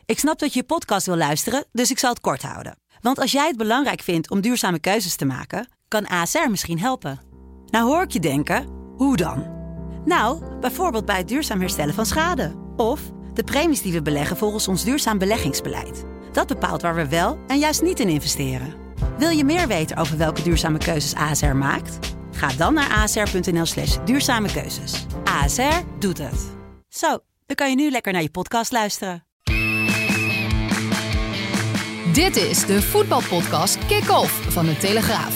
Ik snap dat je podcast wil luisteren, dus ik zal het kort houden. Want als jij het belangrijk vindt om duurzame keuzes te maken, kan ASR misschien helpen. Nou hoor ik je denken, hoe dan? Nou, bijvoorbeeld bij het duurzaam herstellen van schade. Of de premies die we beleggen volgens ons duurzaam beleggingsbeleid. Dat bepaalt waar we wel en juist niet in investeren. Wil je meer weten over welke duurzame keuzes ASR maakt? Ga dan naar asr.nl/duurzame keuzes. ASR doet het. Zo, dan kan je nu lekker naar je podcast luisteren. Dit is de voetbalpodcast Kick-Off van de Telegraaf.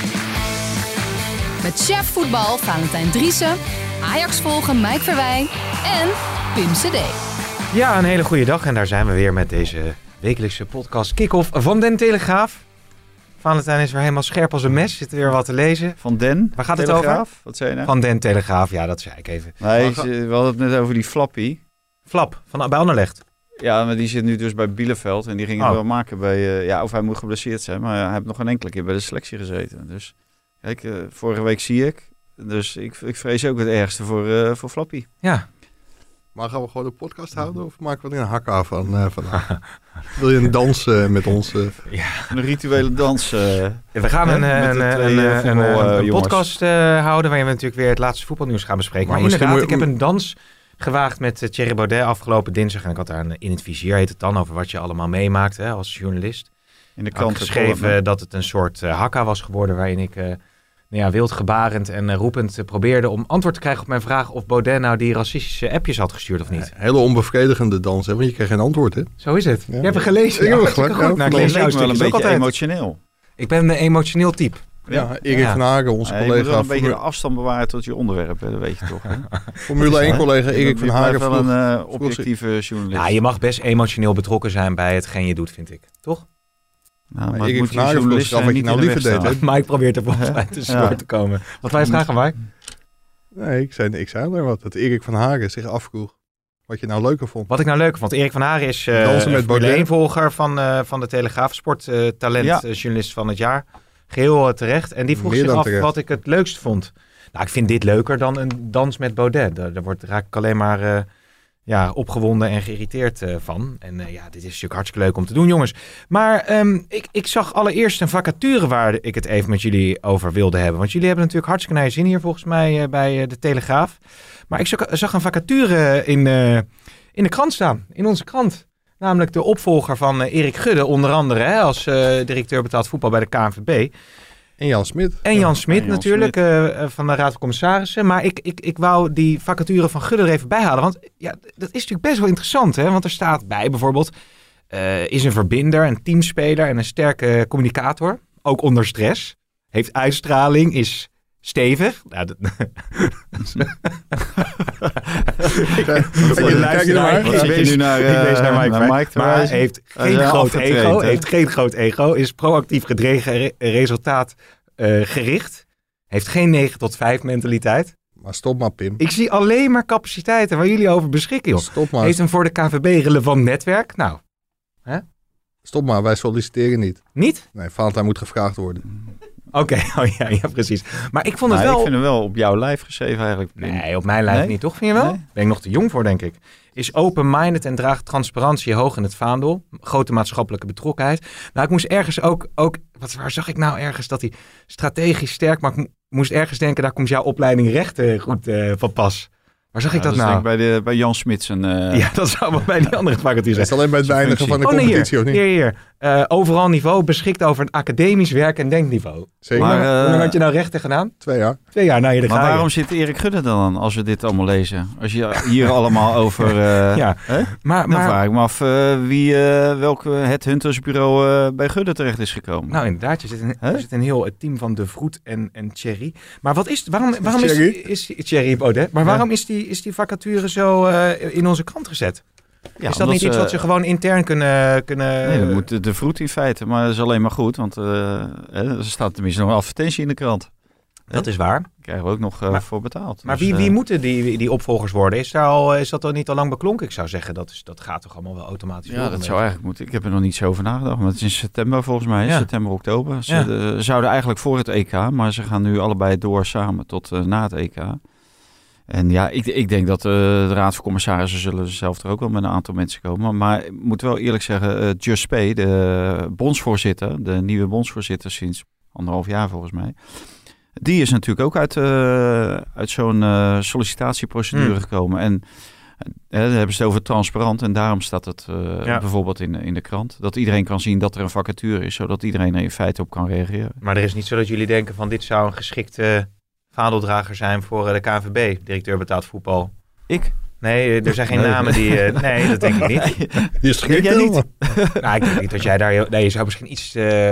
Met chef voetbal Valentijn Driessen, Ajax volgen Mike Verwij en Pim CD. Ja, een hele goede dag en daar zijn we weer met deze wekelijkse podcast Kick-Off van Den Telegraaf. Valentijn is weer helemaal scherp als een mes, zit er weer wat te lezen. Van Den? Waar gaat Telegraaf? het over? Wat zei je nou? Van Den Telegraaf, ja dat zei ik even. Nee, we hadden het net over die Flappy. Flap, bij Anderlecht. Ja, maar die zit nu dus bij Bielefeld en die ging het wel maken bij... of hij moet geblesseerd zijn, maar hij heeft nog geen enkele keer bij de selectie gezeten. Dus kijk, vorige week zie ik. Dus ik vrees ook het ergste voor Flappy. Ja. Maar gaan we gewoon een podcast houden of maken we er een hak af van vandaag? Wil je een dans met ons? Ja. Een rituele dans. We gaan een podcast houden waarin we natuurlijk weer het laatste voetbalnieuws gaan bespreken. Maar inderdaad, ik heb een dans gewaagd met Thierry Baudet afgelopen dinsdag. En ik had daar in het vizier, heet het dan, over wat je allemaal meemaakt als journalist. In de krant geschreven dat het een soort hakka was geworden waarin ik... wildgebarend en roepend probeerde om antwoord te krijgen op mijn vraag of Baudet nou die racistische appjes had gestuurd of niet. Hele onbevredigende dans, hè? Want je kreeg geen antwoord, hè? Zo is het. Ja. Je hebt het gelezen. Ik heb het gelezen. Ik lees wel een beetje emotioneel. Ik ben een emotioneel type. Ja, Erik van Hagen, onze collega. Je moet wel een beetje de afstand bewaren tot je onderwerp, hè? Dat weet je toch. Hè? Formule 1 collega Erik van Hagen. Wel een objectieve journalist. Ja, je mag best emotioneel betrokken zijn bij hetgeen je doet, vind ik. Toch? Nou, maar Erik van Hagen vroeg zich af wat je nou liever deed, hè? Mike probeert er volgens mij tussendoor te komen. Wat wij vragen, Mike? Nee, ik zei er wat. Dat Erik van Hagen zich afvroeg wat je nou leuker vond. Wat ik nou leuker vond. Erik van Hagen is Formule 1-volger van de Telegraaf. Sporttalentjournalist van het jaar. Geheel terecht. En die vroeg zich af wat ik het leukst vond. Nou, ik vind dit leuker dan een dans met Baudet. Daar raak ik alleen maar... opgewonden en geïrriteerd van. En dit is natuurlijk hartstikke leuk om te doen, jongens. Maar ik zag allereerst een vacature waar ik het even met jullie over wilde hebben. Want jullie hebben natuurlijk hartstikke naar je zin hier volgens mij bij de Telegraaf. Maar ik zag een vacature in de krant staan. In onze krant. Namelijk de opvolger van Erik Gudde, onder andere als directeur betaald voetbal bij de KNVB. En Jan Smit. En Jan Smit natuurlijk, van de Raad van Commissarissen. Maar ik wou die vacature van Gudde er even bij halen. Want ja, dat is natuurlijk best wel interessant. Hè? Want er staat bij bijvoorbeeld... is een verbinder, een teamspeler en een sterke communicator. Ook onder stress. Heeft uitstraling, is stevig. Nou, Ik naar Mike. Maar heeft geen groot ego. Is proactief gedreven, resultaatgericht. Heeft geen 9 tot 5 mentaliteit. Maar stop maar, Pim. Ik zie alleen maar capaciteiten waar jullie over beschikken, joh. Stop maar. Heeft een voor de KNVB relevant netwerk. Nou, hè? Stop maar, wij solliciteren niet. Niet? Nee, Valentijn moet gevraagd worden. Oké, ja, precies. Maar ik vond het wel... Ik vind hem wel op jouw lijf geschreven eigenlijk. Nee, op mijn lijf niet, toch? Vind je wel? Ben ik nog te jong voor, denk ik. Is open-minded en draagt transparantie hoog in het vaandel. Grote maatschappelijke betrokkenheid. Nou, ik moest ergens ook waar zag ik nou ergens dat hij strategisch sterk... Maar ik moest ergens denken, daar komt jouw opleiding rechten goed van pas. Waar zag ik dat nou? Bij Jan Smits. Ja, dat zou wel bij die andere vacature zijn. Het is alleen bij het weinigen van de competitie, of niet? Hier. Overal niveau, beschikt over een academisch werk- en denkniveau. Zeker. Hoe lang had je nou rechten gedaan? 2 jaar. 2 jaar, nou, maar waarom zit Erik Gudde dan als we dit allemaal lezen? Als je hier allemaal over... Maar dan vraag ik me af welke headhuntersbureau bij Gudde terecht is gekomen. Nou, inderdaad. Er zit een heel team van De Vroet en Thierry. Maar waarom is Thierry Baudet? Maar waarom is die vacature zo in onze krant gezet? Ja, is dat niet iets wat ze gewoon intern kunnen... Nee, dat moet De Vroet in feite. Maar dat is alleen maar goed. Want er staat tenminste nog een advertentie in de krant. Dat is waar. Daar krijgen we ook nog voor betaald. Maar dus, wie moeten die opvolgers worden? Is dat al niet al lang beklonken? Ik zou zeggen, dat gaat toch allemaal wel automatisch Ja, dat zou eigenlijk moeten. Ik heb er nog niet zo over nagedacht. Maar het is in september volgens mij. Ja. September, oktober. Ze zouden eigenlijk voor het EK. Maar ze gaan nu allebei door samen tot na het EK. En ja, ik denk dat de Raad van Commissarissen zullen zelf er ook wel met een aantal mensen komen. Maar ik moet wel eerlijk zeggen, Just Spee, de bondsvoorzitter, de nieuwe bondsvoorzitter sinds 1,5 jaar volgens mij. Die is natuurlijk ook uit zo'n sollicitatieprocedure gekomen. En daar hebben ze het over transparant. En daarom staat het bijvoorbeeld in de krant. Dat iedereen kan zien dat er een vacature is. Zodat iedereen er in feite op kan reageren. Maar er is niet zo dat jullie denken van dit zou een geschikte vaandeldrager zijn voor de KNVB. Directeur betaald voetbal. Ik? Nee, er zijn geen namen die... nee, dat denk ik niet. Die is denk jij niet? Nou, ik denk niet dat jij daar... Nee, je zou misschien iets...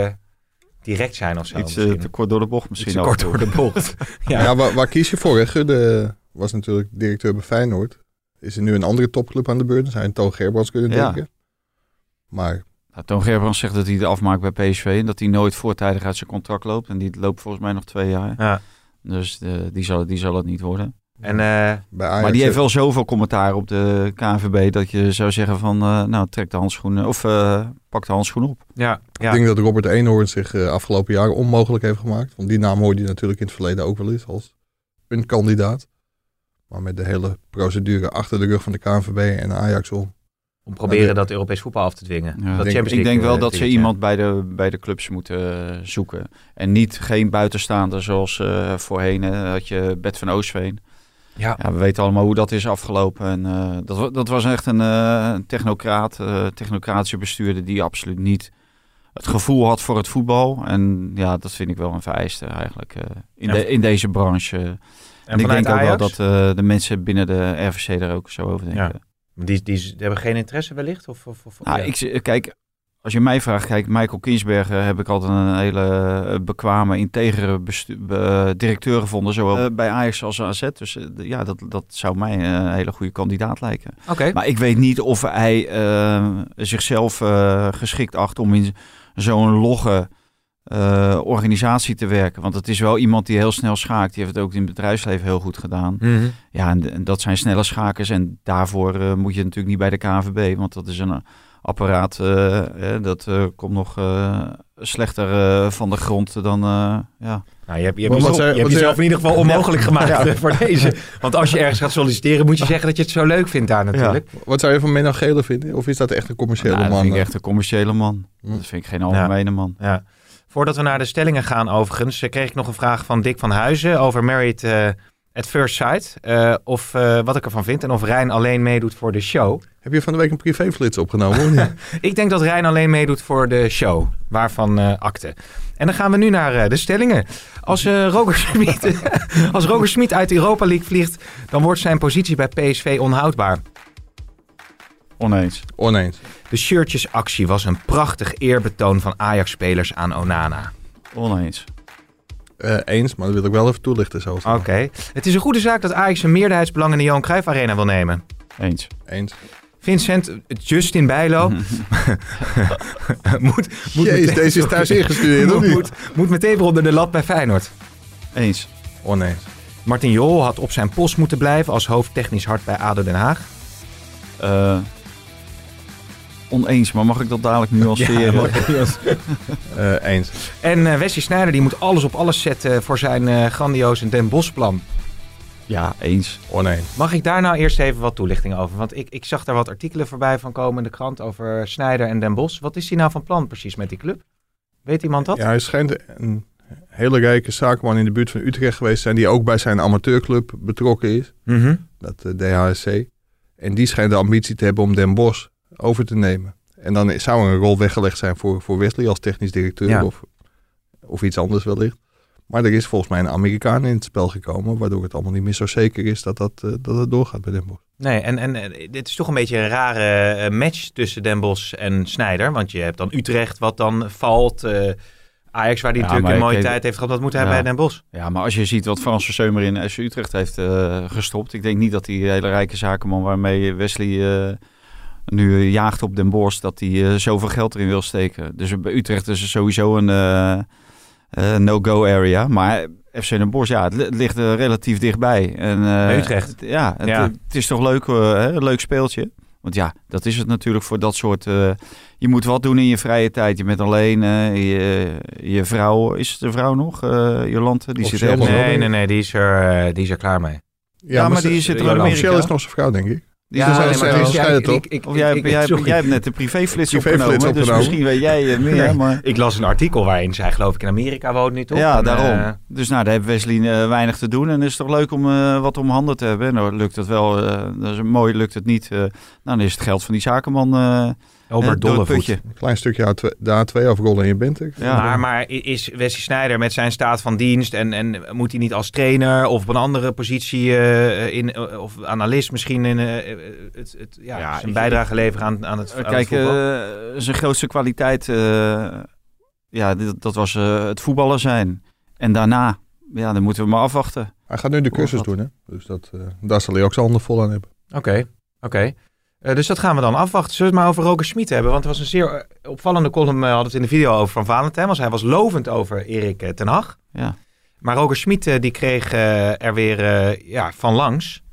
direct zijn of zo. Iets te kort door de bocht misschien. Iets te kort door de bocht. Ja, waar kies je voor? Gudde was natuurlijk directeur bij Feyenoord. Is er nu een andere topclub aan de beurt? Dan zou je Toon Gerbrands kunnen denken. Maar... Toon Gerbrands zegt dat hij het afmaakt bij PSV. En dat hij nooit voortijdig uit zijn contract loopt. En die loopt volgens mij nog 2 jaar. Ja. Dus die zal het niet worden. En, bij Ajax, maar die heeft wel zoveel commentaar op de KNVB dat je zou zeggen van trek de handschoenen of pak de handschoen op. Ja. Ik denk dat Robert Eenhoorn zich afgelopen jaren onmogelijk heeft gemaakt. Want die naam hoorde je natuurlijk in het verleden ook wel eens als een kandidaat. Maar met de hele procedure achter de rug van de KNVB en Ajax om proberen dat Europees voetbal af te dwingen. Ja, ik denk wel dat ze iemand bij de clubs moeten zoeken. En geen buitenstaander zoals voorheen had je Bert van Oostveen. Ja, we weten allemaal hoe dat is afgelopen. En dat was echt een technocratische bestuurder die absoluut niet het gevoel had voor het voetbal. En ja, dat vind ik wel een vereiste eigenlijk in deze branche. En ik denk ook wel dat de mensen binnen de RVC daar ook zo over denken. Ja. Die hebben geen interesse wellicht? Kijk, als je mij vraagt, Michael Kinsbergen heb ik altijd een hele bekwame, integere directeur gevonden. Zowel bij Ajax als AZ. Dus dat zou mij een hele goede kandidaat lijken. Okay. Maar ik weet niet of hij zichzelf geschikt acht om in zo'n logge organisatie te werken. Want het is wel iemand die heel snel schaakt. Die heeft het ook in het bedrijfsleven heel goed gedaan. Mm-hmm. Ja, en dat zijn snelle schakers. En daarvoor moet je natuurlijk niet bij de KNVB. Want dat is een apparaat, dat komt nog slechter van de grond dan... ja. Nou, je hebt jezelf in ieder geval onmogelijk gemaakt voor deze. Want als je ergens gaat solliciteren, moet je zeggen dat je het zo leuk vindt daar natuurlijk. Ja. Wat zou je van Menno Gele vinden? Of is dat echt een commerciële man? Dat vind ik echt een commerciële man. Dat vind ik geen algemene man. Ja. Voordat we naar de stellingen gaan overigens, kreeg ik nog een vraag van Dick van Huizen over Married at First Sight. Of wat ik ervan vind en of Rijn alleen meedoet voor de show. Heb je van de week een privéflits opgenomen of niet? Ik denk dat Rijn alleen meedoet voor de show. Waarvan akte. En dan gaan we nu naar de stellingen. Als Roger Smit uit de Europa League vliegt, dan wordt zijn positie bij PSV onhoudbaar. Oneens. De shirtjesactie was een prachtig eerbetoon van Ajax-spelers aan Onana. Oneens. Eens, maar dat wil ik wel even toelichten. Oké. Het is een goede zaak dat Ajax een meerderheidsbelang in de Johan Cruijff Arena wil nemen. Eens. Vincent, Justin Bijlo deze is thuis ingestudeerd. Moet meteen weer onder de lat bij Feyenoord. Eens. Oneens. Martin Jol had op zijn post moeten blijven als hoofd technisch hart bij ADO Den Haag. Oneens, maar mag ik dat dadelijk nuanceren? Eens. En Wesley Sneijder die moet alles op alles zetten voor zijn grandioze Den Bosch-plan. Ja, eens. Oneens. Mag ik daar nou eerst even wat toelichting over? Want ik zag daar wat artikelen voorbij van komen in de krant over Sneijder en Den Bosch. Wat is hij nou van plan precies met die club? Weet iemand dat? Ja, hij schijnt een hele rijke zakenman in de buurt van Utrecht geweest te zijn die ook bij zijn amateurclub betrokken is. Mm-hmm. Dat DHSC. En die schijnt de ambitie te hebben om Den Bosch over te nemen. En dan zou er een rol weggelegd zijn voor Wesley als technisch directeur of iets anders wellicht. Maar er is volgens mij een Amerikaan in het spel gekomen, waardoor het allemaal niet meer zo zeker is dat het doorgaat bij Den Bosch. Nee, en dit is toch een beetje een rare match tussen Den Bosch en Sneijder. Want je hebt dan Utrecht wat dan valt. Ajax waar die natuurlijk een mooie tijd heeft gehad, wat moet hij bij Den Bosch? Ja, maar als je ziet wat Frans Verseumer in FC Utrecht heeft gestopt. Ik denk niet dat die hele rijke zakenman waarmee Wesley nu jaagt op Den Bosch, dat hij zoveel geld erin wil steken. Dus bij Utrecht is er sowieso een no-go area. Maar FC Den Bosch, het ligt relatief dichtbij. En, bij Utrecht? Het is toch leuk, een leuk speeltje. Want dat is het natuurlijk voor dat soort... je moet wat doen in je vrije tijd. Je bent alleen, je vrouw... Is het de vrouw nog? Jolante? Die zit Nee, die is er klaar mee. Ja, maar die zit er in Amerika. Officieel is nog zijn vrouw, denk ik. Jij hebt net de privéflits opgenomen, dus misschien weet jij meer. Nee. Maar... Ik las een artikel waarin zij geloof ik in Amerika woont nu toch? Ja, daarom. Dus daar heeft Wesley weinig te doen. En het is toch leuk om wat om handen te hebben. Nou, lukt het wel, dat is mooi, lukt het niet. Dan is het geld van die zakenman... Dollevoet. Een klein stukje de A2 afrollen in je bent. Ja. Maar is Wesley Sneijder met zijn staat van dienst en moet hij niet als trainer of op een andere positie of analist misschien zijn bijdrage leveren aan het Kijk, zijn grootste kwaliteit dat was het voetballer zijn. En daarna, dan moeten we maar afwachten. Hij gaat nu de cursus doen, hè? Dus daar zal hij ook zijn handen vol aan hebben. Oké. Dus dat gaan we dan afwachten. Zullen we het maar over Roger Schmid hebben? Want het was een zeer opvallende column, we hadden het in de video over van Valentijn. Want hij was lovend over Erik ten Hag. Ja. Maar Roger Schmid die kreeg er weer van langs.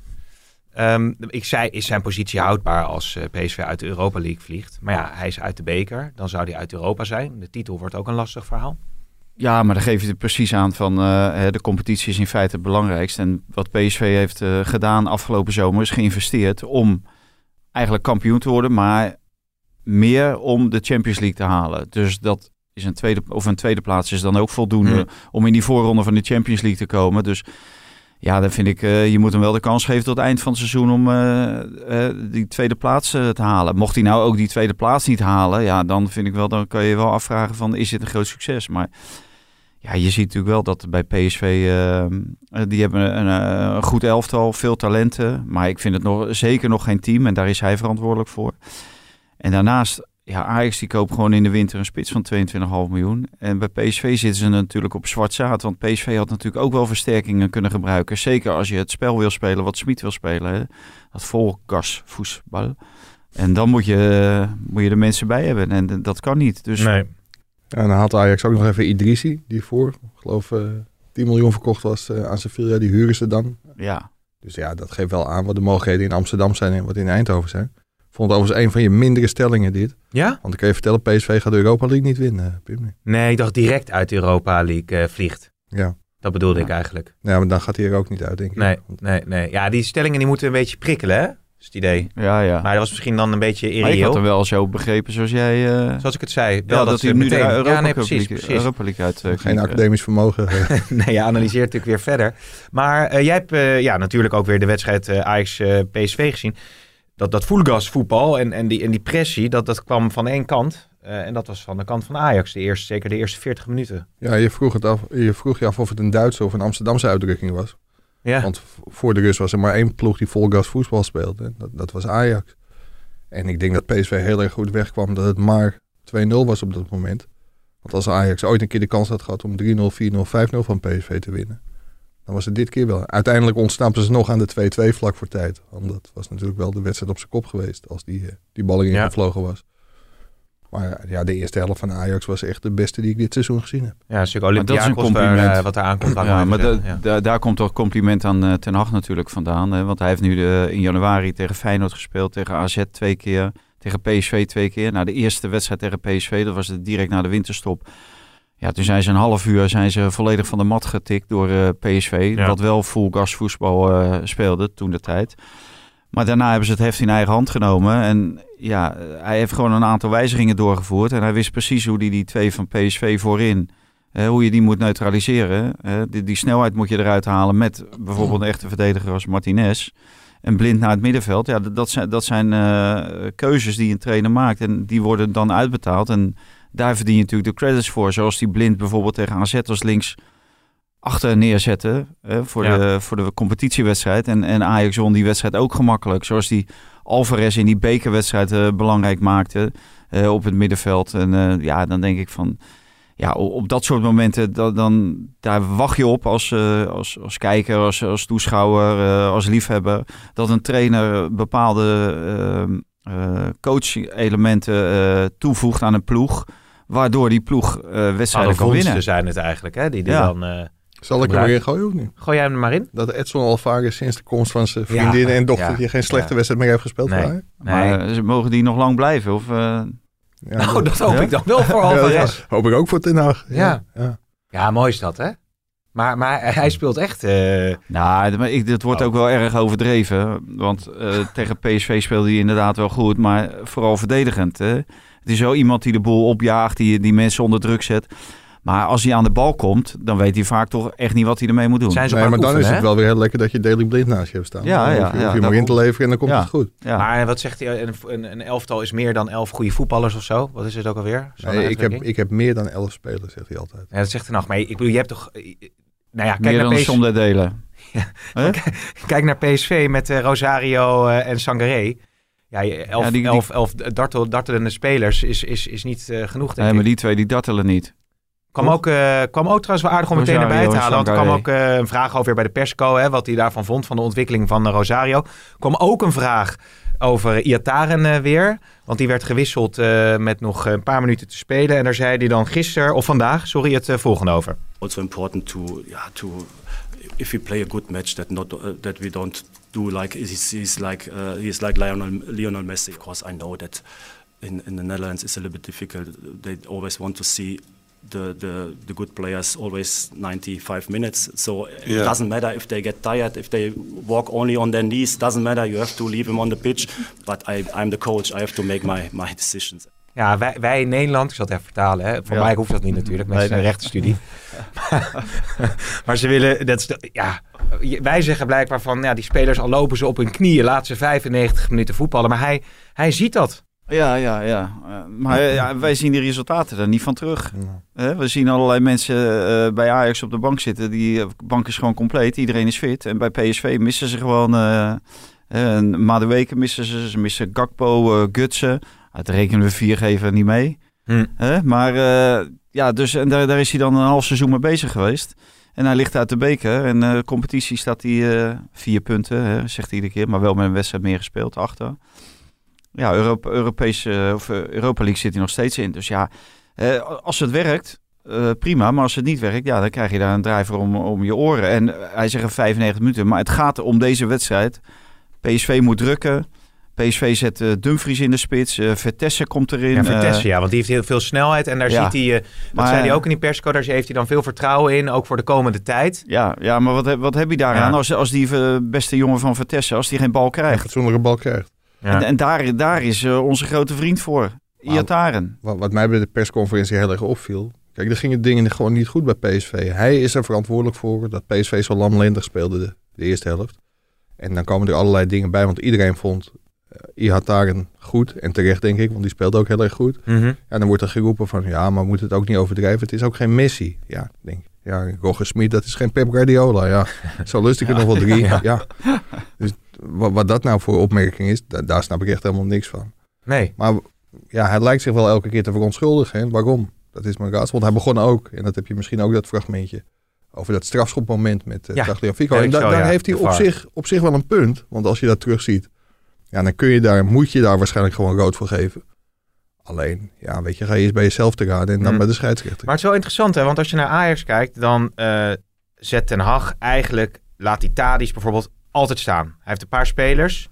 Ik zei, is zijn positie houdbaar als PSV uit de Europa League vliegt? Maar ja, hij is uit de beker. Dan zou hij uit Europa zijn. De titel wordt ook een lastig verhaal. Ja, maar dan geef je het precies aan van de competitie is in feite het belangrijkste. En wat PSV heeft gedaan afgelopen zomer is geïnvesteerd om... eigenlijk kampioen te worden, maar meer om de Champions League te halen. Dus dat is een tweede plaats is dan ook voldoende om in die voorronde van de Champions League te komen. Dus ja, dan vind ik, je moet hem wel de kans geven tot het eind van het seizoen om die tweede plaats te halen. Mocht hij nou ook die tweede plaats niet halen, ja, dan vind ik wel, dan kan je wel afvragen van, is dit een groot succes? Maar ja, je ziet natuurlijk wel dat bij PSV, die hebben een goed elftal, veel talenten. Maar ik vind het zeker nog geen team en daar is hij verantwoordelijk voor. En daarnaast, ja, Ajax die koopt gewoon in de winter een spits van 22,5 miljoen. En bij PSV zitten ze natuurlijk op zwart zaad. Want PSV had natuurlijk ook wel versterkingen kunnen gebruiken. Zeker als je het spel wil spelen wat Schmid wil spelen. Hè? Dat volgasvoetbal. En dan moet je de mensen bij hebben. En dat kan niet. Dus... Nee. Ja, en dan had Ajax ook nog even Idrissi, die voor, geloof 10 miljoen verkocht was aan Sevilla. Die huren ze dan. Ja. Dus ja, dat geeft wel aan wat de mogelijkheden in Amsterdam zijn en wat in Eindhoven zijn. Ik vond het overigens een van je mindere stellingen dit. Ja? Want ik kan je vertellen, PSV gaat de Europa League niet winnen, Pim. Nee, ik dacht direct uit de Europa League vliegt. Ja. Dat bedoelde ik eigenlijk. Ja, maar dan gaat hij er ook niet uit, denk ik. Nee. Ja, die stellingen die moeten een beetje prikkelen, hè? Dat is het idee. Ja. Maar dat was misschien dan een beetje irreëel. Maar ik had hem wel zo begrepen zoals jij... Zoals ik het zei. Wel dat hij nu de Europa League uit... Geen academisch vermogen. Nee, je analyseert natuurlijk weer verder. Maar jij hebt natuurlijk ook weer de wedstrijd Ajax-PSV gezien. Dat voetbal en die pressie, dat kwam van één kant. En dat was van de kant van Ajax, zeker de eerste 40 minuten. Ja, je vroeg je af of het een Duitse of een Amsterdamse uitdrukking was. Ja. Want voor de rust was er maar één ploeg die vol gas voetbal speelde. Dat was Ajax. En ik denk dat PSV heel erg goed wegkwam dat het maar 2-0 was op dat moment. Want als Ajax ooit een keer de kans had gehad om 3-0, 4-0, 5-0 van PSV te winnen, dan was het dit keer wel. Uiteindelijk ontsnapten ze nog aan de 2-2 vlak voor tijd. Want dat was natuurlijk wel de wedstrijd op zijn kop geweest als die bal erin gevlogen was. Maar ja, de eerste helft van Ajax was echt de beste die ik dit seizoen gezien heb. Ja, een stuk Olympiakos wat daar aankomt. Ja, maar daar komt toch compliment aan Ten Hag natuurlijk vandaan. Hè? Want hij heeft nu in januari tegen Feyenoord gespeeld, tegen AZ 2 keer, tegen PSV 2 keer. Nou, de eerste wedstrijd tegen PSV, dat was direct na de winterstop. Ja, toen zijn ze een half uur volledig van de mat getikt door PSV. Ja. Wat wel full gas voetbal speelde toen de tijd. Maar daarna hebben ze het heft in eigen hand genomen. En ja, hij heeft gewoon een aantal wijzigingen doorgevoerd. En hij wist precies hoe die 2 van PSV voorin, hoe je die moet neutraliseren. Die snelheid moet je eruit halen met bijvoorbeeld een echte verdediger als Martinez. En Blind naar het middenveld. Ja, dat zijn keuzes die een trainer maakt. En die worden dan uitbetaald. En daar verdien je natuurlijk de credits voor. Zoals die Blind bijvoorbeeld tegen AZ als links achter neerzetten voor de competitiewedstrijd. En Ajax won die wedstrijd ook gemakkelijk. Zoals die Alvarez in die bekerwedstrijd belangrijk maakte op het middenveld. En dan denk ik van, ja, op dat soort momenten, daar wacht je op als kijker, als toeschouwer, als liefhebber, dat een trainer bepaalde coach-elementen toevoegt aan een ploeg, waardoor die ploeg wedstrijden kan winnen. Zijn het eigenlijk, hè? Die dan... Zal ik er weer in gooien of niet? Gooi jij hem er maar in? Dat Edson Alvarez sinds de komst van zijn vriendinnen en dochter geen slechte wedstrijd meer heeft gespeeld. Nee. Maar mogen die nog lang blijven? Of, dat hoop ik dan wel voor Alvarez. Hoop ik ook voor Ten Hag. Ja, mooi is dat, hè? Maar hij speelt echt... Het wordt ook wel erg overdreven. Want tegen PSV speelde hij inderdaad wel goed. Maar vooral verdedigend. Hè? Het is wel iemand die de boel opjaagt. Die mensen onder druk zet. Maar als hij aan de bal komt, dan weet hij vaak toch echt niet wat hij ermee moet doen. Maar dan is het wel weer heel lekker dat je Daley Blind naast je hebt staan. Hoef je maar in te leveren en dan komt het goed. Ja. Maar wat zegt hij? Een elftal is meer dan 11 goede voetballers of zo? Wat is het ook alweer? Ik heb meer dan 11 spelers, zegt hij altijd. Ja, dat zegt hij nog. Maar ik bedoel, je hebt toch... kijk meer dan de som der delen. Kijk naar PSV met Rosario en Sangaré. Ja, 11 dartelende spelers is niet genoeg, denk ik. Maar die twee die dartelen niet. Kwam ook trouwens wel aardig om meteen erbij te halen. Want er kwam ook een vraag over bij de persco. Wat hij daarvan vond, van de ontwikkeling van Rosario. Er kwam ook een vraag over Iataren weer. Want die werd gewisseld met nog een paar minuten te spelen. En daar zei hij dan vandaag, het volgende over. Also important to if we play a good match that we don't do like he's like Lionel Messi. Of course I know that in the Netherlands it's a little bit difficult. They always want to see the good players always 95 minutes. So it doesn't matter if they get tired, if they walk only on their knees, doesn't matter. You have to leave them on the pitch. But I'm the coach. I have to make my decisions. Ja, wij in Nederland, ik zal het even vertalen. Hè. Voor mij hoeft dat niet natuurlijk, met zijn rechtenstudie. Maar ze willen... wij zeggen blijkbaar van... die spelers, al lopen ze op hun knieën, laten ze 95 minuten voetballen. Maar hij ziet dat. Ja. Maar wij zien die resultaten er niet van terug. We zien allerlei mensen bij Ajax op de bank zitten. Die bank is gewoon compleet. Iedereen is fit. En bij PSV missen ze gewoon... Madueke missen ze. Ze missen Gakpo, Gutsen. Daar rekenen we 4 even niet mee. Maar dus en daar is hij dan een half seizoen mee bezig geweest. En hij ligt uit de beker. En de competitie staat hij 4 punten, zegt hij iedere keer. Maar wel met een wedstrijd meer gespeeld achter. Ja, Europa League zit hij nog steeds in. Dus als het werkt, prima. Maar als het niet werkt, dan krijg je daar een drijver om je oren. En hij zegt 95 minuten. Maar het gaat om deze wedstrijd. PSV moet drukken. PSV zet Dumfries in de spits. Vertessen komt erin. Ja, Vertessen, want die heeft heel veel snelheid. En daar ziet hij, dat zei hij ook in die persco, daar heeft hij dan veel vertrouwen in. Ook voor de komende tijd. Ja, maar wat heb je daaraan als die beste jongen van Vertessen, als die geen bal krijgt? Een fatsoenlijke bal krijgt. Ja. En daar is onze grote vriend voor. Iataren. Wat mij bij de persconferentie heel erg opviel. Kijk, er gingen dingen gewoon niet goed bij PSV. Hij is er verantwoordelijk voor dat PSV zo lamlendig speelde de eerste helft. En dan komen er allerlei dingen bij, want iedereen vond Iataren goed. En terecht, denk ik, want die speelde ook heel erg goed. Mm-hmm. En dan wordt er geroepen van, maar we moeten het ook niet overdrijven. Het is ook geen Messi. Ja, denk ik. Ja, Roger Smit, dat is geen Pep Guardiola. Ja, zo lust ik er nog wel 3. Ja. Dus wat dat nou voor opmerking is, daar snap ik echt helemaal niks van. Nee. Maar hij lijkt zich wel elke keer te verontschuldigen. Hè? Waarom? Dat is mijn raadsel. Want hij begon ook, en dat heb je misschien ook dat fragmentje, over dat strafschopmoment met Tagliafico. En daar heeft hij op zich wel een punt. Want als je dat terugziet, dan moet je daar waarschijnlijk gewoon rood voor geven. Alleen, ga je eerst bij jezelf te raden en dan bij de scheidsrechter. Maar het is wel interessant, hè? Want als je naar Ajax kijkt, dan zet Ten Hag eigenlijk, laat die Tadic bijvoorbeeld altijd staan. Hij heeft een paar spelers.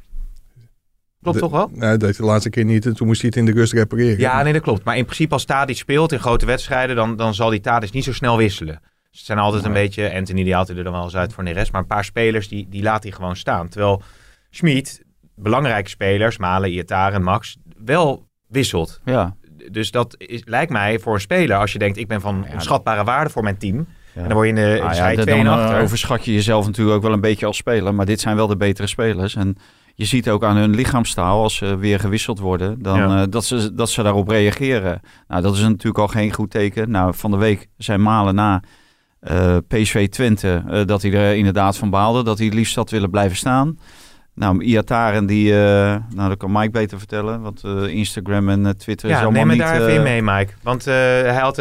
Klopt toch wel? Nee, dat deed de laatste keer niet. En toen moest hij het in de rust repareren. Ja, nee, dat klopt. Maar in principe als Tadic speelt in grote wedstrijden, dan zal die Tadic niet zo snel wisselen. Dus het zijn altijd een beetje, Anthony die haalt er dan wel eens uit voor Neres, maar een paar spelers die laat hij gewoon staan. Terwijl Schmid, belangrijke spelers, Malen, Iataren, Max, wel wisselt. Ja. Dus dat lijkt mij voor een speler, als je denkt, ik ben van onschatbare waarde voor mijn team. Ja. En dan word je in de strijd 2 en achter. Overschat je jezelf natuurlijk ook wel een beetje als speler. Maar dit zijn wel de betere spelers. En je ziet ook aan hun lichaamstaal, als ze weer gewisseld worden, dan, dat ze daarop reageren. Nou, dat is natuurlijk al geen goed teken. Nou, van de week zijn Malen na PSV Twente dat hij er inderdaad van baalde. Dat hij het liefst had willen blijven staan. Nou, Iataren, dat kan Mike beter vertellen. Want Instagram en Twitter is allemaal niet... Ja, neem me daar even in mee, Mike. Want hij had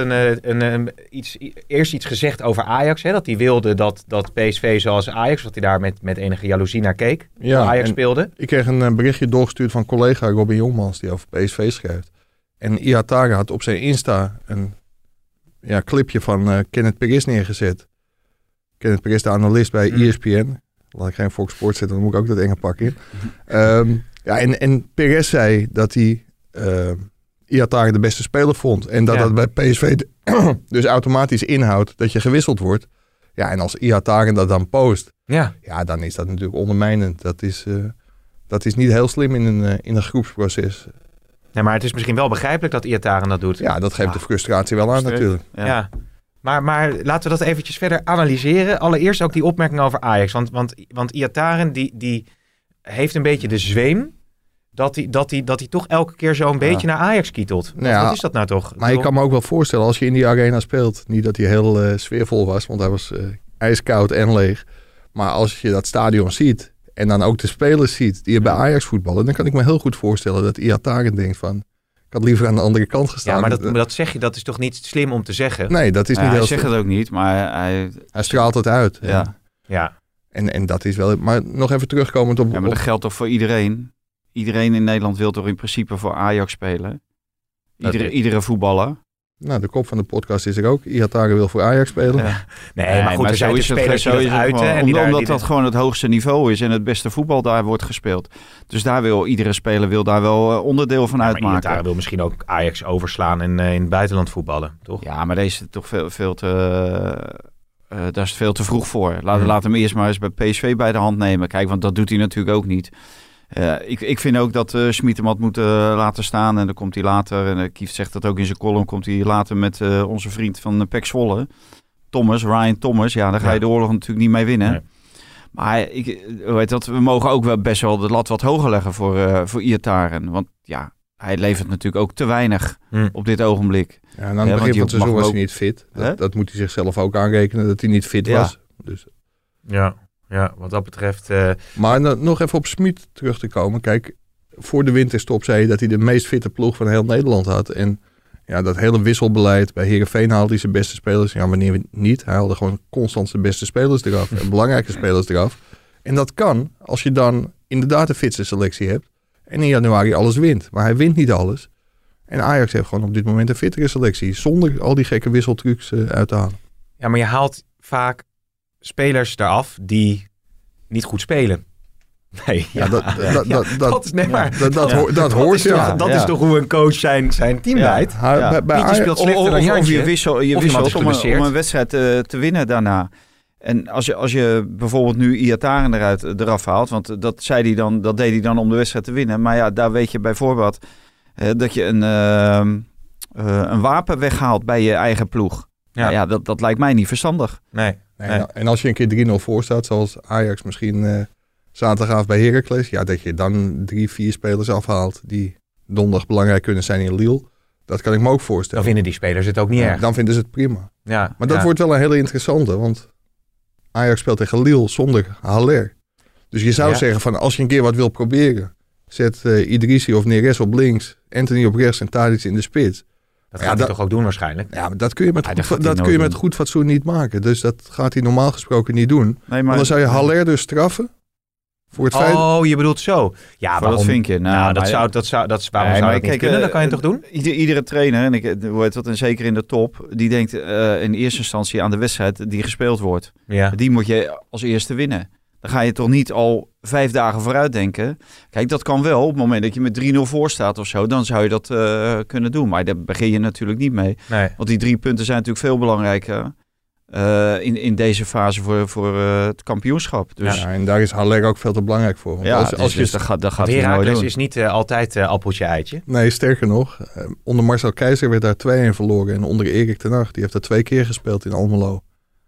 eerst iets gezegd over Ajax. Hè, dat hij wilde dat PSV zoals Ajax, dat hij daar met enige jaloezie naar keek. Ja, Ajax speelde. Ik kreeg een berichtje doorgestuurd van collega Robin Jongmans, die over PSV schrijft. En Iataren had op zijn Insta een clipje van Kenneth Perez neergezet. Kenneth Perez, de analist bij ESPN... Laat ik geen Fox Sports zetten, dan moet ik ook dat enge pak in. En Perez zei dat hij Iataren de beste speler vond. En dat bij PSV dus automatisch inhoudt dat je gewisseld wordt. Ja, en als Ihataren dat dan post, dan is dat natuurlijk ondermijnend. Dat is niet heel slim in een groepsproces. Nee, maar het is misschien wel begrijpelijk dat Ihataren dat doet. Ja, dat geeft de frustratie wel aan natuurlijk. Ja. Maar laten we dat eventjes verder analyseren. Allereerst ook die opmerking over Ajax. Want Ihataren die heeft een beetje de zweem dat hij toch elke keer zo een beetje naar Ajax kietelt. Wat is dat nou toch? Maar ik kan me ook wel voorstellen, als je in die arena speelt, niet dat hij heel sfeervol was, want hij was ijskoud en leeg. Maar als je dat stadion ziet en dan ook de spelers ziet die er bij Ajax voetballen, dan kan ik me heel goed voorstellen dat Ihataren denkt van, ik had liever aan de andere kant gestaan. Ja, maar dat zeg je, dat is toch niet slim om te zeggen? Nee, dat is niet heel slim. Hij zegt het ook niet, maar hij straalt het uit. Ja. En dat is wel... Maar nog even terugkomend op... Ja, maar dat geldt toch voor iedereen? Iedereen in Nederland wil toch in principe voor Ajax spelen? Iedere voetballer? Nou, de kop van de podcast is er ook. Ihataren wil voor Ajax spelen. Ja. Nee, maar goed, er zijn spelers die dat uiten. Omdat dat gewoon het hoogste niveau is en het beste voetbal daar wordt gespeeld. Dus daar wil iedere speler daar wel onderdeel van uitmaken. Maar Ihataren wil misschien ook Ajax overslaan en in het buitenland voetballen, toch? Ja, maar deze is toch veel te... daar is veel te vroeg voor. Laat hem eerst maar eens bij PSV bij de hand nemen. Kijk, want dat doet hij natuurlijk ook niet. Ik vind ook dat Schmid hem had moeten laten staan. En dan komt hij later, en Kieft zegt dat ook in zijn column, komt hij later met onze vriend van PEC Zwolle. Ryan Thomas. Ja, daar ga je de oorlog natuurlijk niet mee winnen. Nee. Maar we mogen ook wel best wel de lat wat hoger leggen voor Ihataren. Want ja, hij levert natuurlijk ook te weinig op dit ogenblik. Ja, en aan het begin van het seizoen was hij niet fit. Dat moet hij zichzelf ook aanrekenen, dat hij niet fit was. Dus. Ja, wat dat betreft... Maar nog even op Schmid terug te komen. Kijk, voor de winterstop zei hij dat hij de meest fitte ploeg van heel Nederland had. En ja, dat hele wisselbeleid. Bij Heerenveen haalde hij zijn beste spelers. Ja, wanneer niet? Hij haalde gewoon constant zijn beste spelers eraf. En belangrijke spelers eraf. En dat kan als je dan inderdaad een fitste selectie hebt. En in januari alles wint. Maar hij wint niet alles. En Ajax heeft gewoon op dit moment een fittere selectie. Zonder al die gekke wisseltrucs uit te halen. Ja, maar je haalt vaak spelers eraf die niet goed spelen. Nee, dat hoort je. Dat is toch hoe een coach zijn team leidt? Bij speelt slechter dan Jantje. Of je wisselt om een wedstrijd te winnen daarna. En als je bijvoorbeeld nu Ihataren eraf haalt, want dat deed hij dan om de wedstrijd te winnen. Maar ja, daar weet je bijvoorbeeld dat je een wapen weghaalt bij je eigen ploeg. Ja, dat lijkt mij niet verstandig. Nee. En als je een keer 3-0 voor staat, zoals Ajax misschien zaterdagavond bij Heracles, ja, dat je dan 3-4 spelers afhaalt die donderdag belangrijk kunnen zijn in Lille. Dat kan ik me ook voorstellen. Dan vinden die spelers het ook niet erg. Dan vinden ze het prima. Ja, maar dat wordt wel een hele interessante, want Ajax speelt tegen Lille zonder Haller. Dus je zou zeggen van als je een keer wat wil proberen, zet Idrissi of Neres op links, Anthony op rechts en Tadic in de spits. Dat gaat hij toch ook doen waarschijnlijk? Ja, maar dat kun je met goed fatsoen niet maken. Dus dat gaat hij normaal gesproken niet doen. Nee, maar dan zou je Haller dus straffen. Voor het feit... je bedoelt zo. Ja, dat vind je. Nou, dat zou het niet kunnen? Dat kan je toch doen? Iedere trainer, en zeker in de top, die denkt in eerste instantie aan de wedstrijd die gespeeld wordt. Ja. Die moet je als eerste winnen. Dan ga je toch niet al 5 dagen vooruit denken. Kijk, dat kan wel. Op het moment dat je met 3-0 voor staat of zo, dan zou je dat kunnen doen. Maar daar begin je natuurlijk niet mee. Nee. Want die 3 punten zijn natuurlijk veel belangrijker in deze fase voor het kampioenschap. Dus... Ja, en daar is Haller ook veel te belangrijk voor. Want dat gaat hij nooit doen. Is niet altijd appeltje-eitje. Nee, sterker nog. Onder Marcel Keizer werd daar 2-1 verloren. En onder Erik ten Hag, die heeft daar 2 keer gespeeld in Almelo.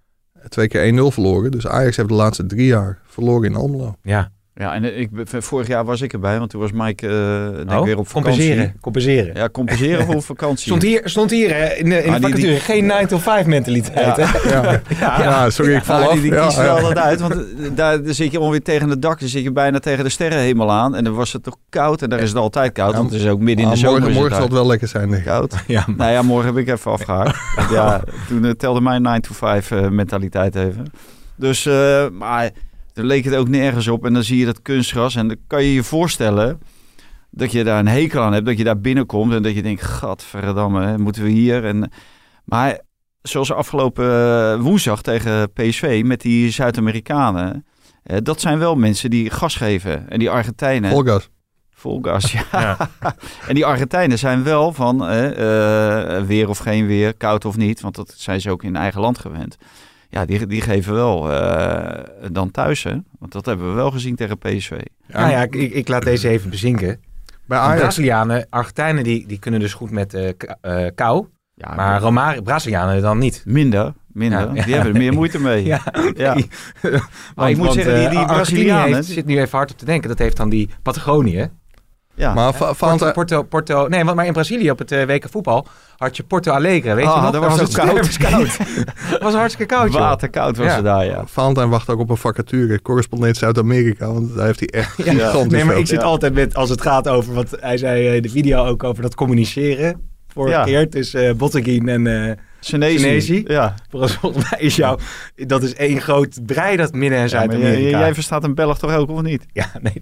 2 keer 1-0 verloren. Dus Ajax heeft de laatste 3 jaar verloren in Almelo. Ja. Ja, en vorig jaar was ik erbij, want toen was Mike weer op vakantie. Compenseren. Ja, compenseren voor vakantie. Stond hier in de vacature geen 9-to-5 mentaliteit. Ja, sorry, ik val af. Die kiest wel dat uit, want daar zit je ongeveer tegen het dak. Dan zit je bijna tegen de sterrenhemel aan. En dan was het toch koud. En daar is het altijd koud, want het is ook midden in de zomer. Morgen zal het wel lekker zijn, denk ik. Koud. Ja, morgen heb ik even afgehaakt. Toen telde mijn 9-to-5 mentaliteit even. Dus, maar... Dan leek het ook nergens op en dan zie je dat kunstgras. En dan kan je je voorstellen dat je daar een hekel aan hebt. Dat je daar binnenkomt en dat je denkt, gadverdamme, moeten we hier? Maar zoals afgelopen woensdag tegen PSV met die Zuid-Amerikanen. Dat zijn wel mensen die gas geven. En die Argentijnen... Volgas, ja. En die Argentijnen zijn wel van weer of geen weer, koud of niet. Want dat zijn ze ook in eigen land gewend. Ja, die geven wel dan thuis, hè? Want dat hebben we wel gezien tegen PSV. Ja, ik laat deze even bezinken. Bij Ajax. Brazilianen, Argentijnen, die kunnen dus goed met kou. Ja, maar Brazilianen dan niet. Minder. Ja. Die hebben er meer moeite mee. Ja. Maar ik moet zeggen, die Brazilianen... zit nu even hard op te denken. Dat heeft dan die Patagonië. Ja, maar Porto. Nee, maar in Brazilië op het WK voetbal had je Porto Alegre. Weet je nog? Dat was het koud. Het was hartstikke koud. Waterkoud was het daar, ja. Valentijn wacht ook op een vacature. Correspondent Zuid-Amerika. Want daar heeft hij echt gigantisch. Nee, maar ik zit altijd met, als het gaat over, wat hij zei in de video ook over dat communiceren. Vorige keer tussen Botteguin en Senesi. Ja. Volgens mij is dat is één groot brei, dat Midden- en Zuid-Amerika. Jij verstaat een Belg toch ook, of niet? Ja, nee.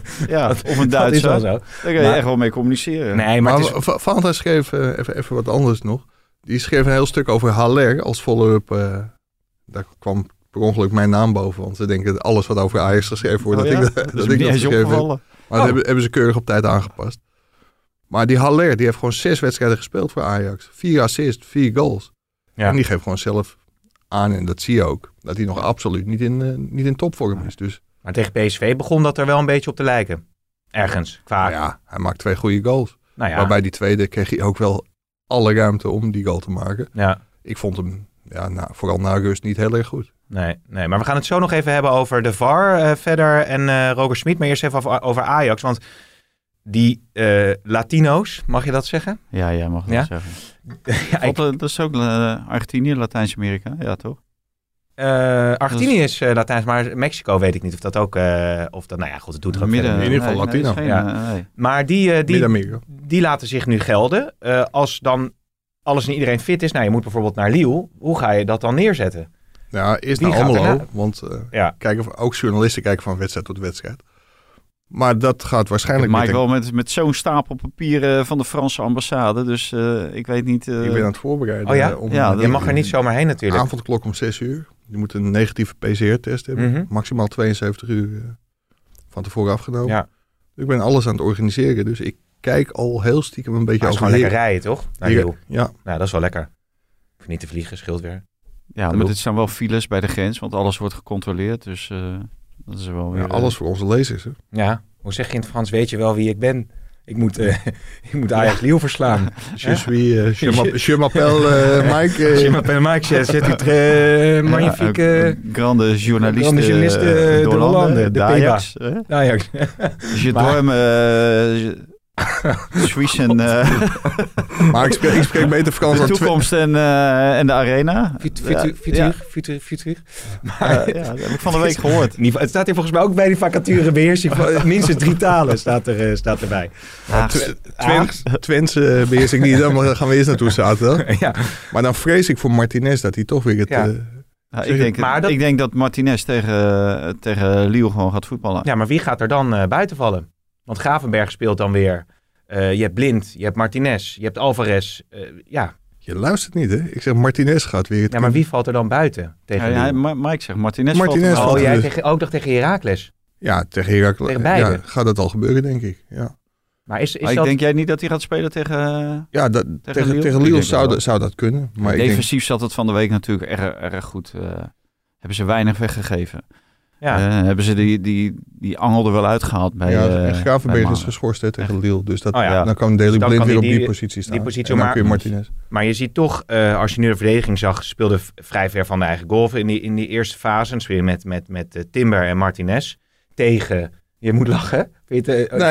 Of een Duitser. Dat is wel zo. Daar kun je echt wel mee communiceren. Nee, maar Valentijn schreef even wat anders nog. Die schreef een heel stuk over Haller als follow-up. Daar kwam per ongeluk mijn naam boven. Want ze denken dat alles wat over Ajax geschreven wordt, dat ik dat geschreven heb. Maar dat hebben ze keurig op tijd aangepast. Maar die Haller, die heeft gewoon 6 wedstrijden gespeeld voor Ajax. 4 assists, 4 goals. Ja. En die geeft gewoon zelf aan, en dat zie je ook, dat hij nog absoluut niet in topvorm is. Dus. Maar tegen PSV begon dat er wel een beetje op te lijken. Ergens, qua... Ja, hij maakt 2 goede goals. Nou ja. Waarbij die tweede kreeg hij ook wel alle ruimte om die goal te maken. Ja. Ik vond hem, vooral na rust, niet heel erg goed. Nee, maar we gaan het zo nog even hebben over de VAR verder en Roger Smit. Maar eerst even over Ajax, want... Die Latino's, mag je dat zeggen? Ja, jij mag dat zeggen. Dat is ook Argentinië, Latijns-Amerika, ja toch? Argentinië is Latijns, maar Mexico weet ik niet of dat ook... het doet er ook in ieder geval Latino. Nee. Maar die laten zich nu gelden. Als dan alles en iedereen fit is, je moet bijvoorbeeld naar Lille. Hoe ga je dat dan neerzetten? Ja, eerst naar Almelo, want ook journalisten kijken van wedstrijd tot wedstrijd. Maar dat gaat waarschijnlijk... Mike wel met zo'n stapel papieren van de Franse ambassade. Dus ik weet niet... Ik ben aan het voorbereiden. Je mag er niet zomaar heen natuurlijk. Avondklok om 6 uur. Je moet een negatieve PCR-test hebben. Mm-hmm. Maximaal 72 uur van tevoren afgenomen. Ja. Ik ben alles aan het organiseren. Dus ik kijk al heel stiekem een beetje over. Het is gewoon lekker rijden, toch? Ja. Nou, dat is wel lekker. Hoef niet te vliegen, scheelt weer. Ja, maar dit staan wel files bij de grens. Want alles wordt gecontroleerd. Dus... dat is wel weer, alles voor onze lezers. Hè? Ja, hoe zeg je in het Frans? Weet je wel wie ik ben? Ik moet Ajax Lille verslaan. Je m'appelle Mike. Je m'appelle Mike. C'est une très magnifique... grande journaliste de Hollande. De Ajax. Ajax. Je droom... Swissen. Maar ik spreek beter Frans dan... De toekomst en de arena. Futur. Dat heb ik van de week gehoord. Het staat hier volgens mij ook bij die vacature beheersing. Minstens 3 talen staat erbij. Twents beheers ik niet. Dan gaan we eerst naartoe zaterdag. Ja. Maar dan vrees ik voor Martinez dat hij toch weer het... Ik denk dat Martinez tegen Lille gewoon gaat voetballen. Ja, maar wie gaat er dan buiten vallen? Want Gravenberg speelt dan weer. Je hebt Blind, je hebt Martinez, je hebt Alvarez. Je luistert niet, hè? Ik zeg Martinez gaat weer... maar wie valt er dan buiten tegen Mike zegt Martinez valt jij ook nog tegen Heracles? Ja, tegen Heracles. Tegen beide. Ja, gaat dat al gebeuren, denk ik. Ja. Maar denk jij niet dat hij gaat spelen tegen... Ja, tegen Lille zou dat kunnen. Maar defensief zat het van de week natuurlijk erg goed. Hebben ze weinig weggegeven. Ja. Hebben ze die angel er wel uitgehaald bij... en Gravenberg is geschorst tegen Lille. Dus dan kan Daley Blind weer op die positie staan. En dan kun je Martinez. Maar je ziet toch, als je nu de verdediging zag... speelde vrij ver van de eigen goal in die eerste fase. Dan speel je met Timber en Martinez tegen... Je moet lachen. Ik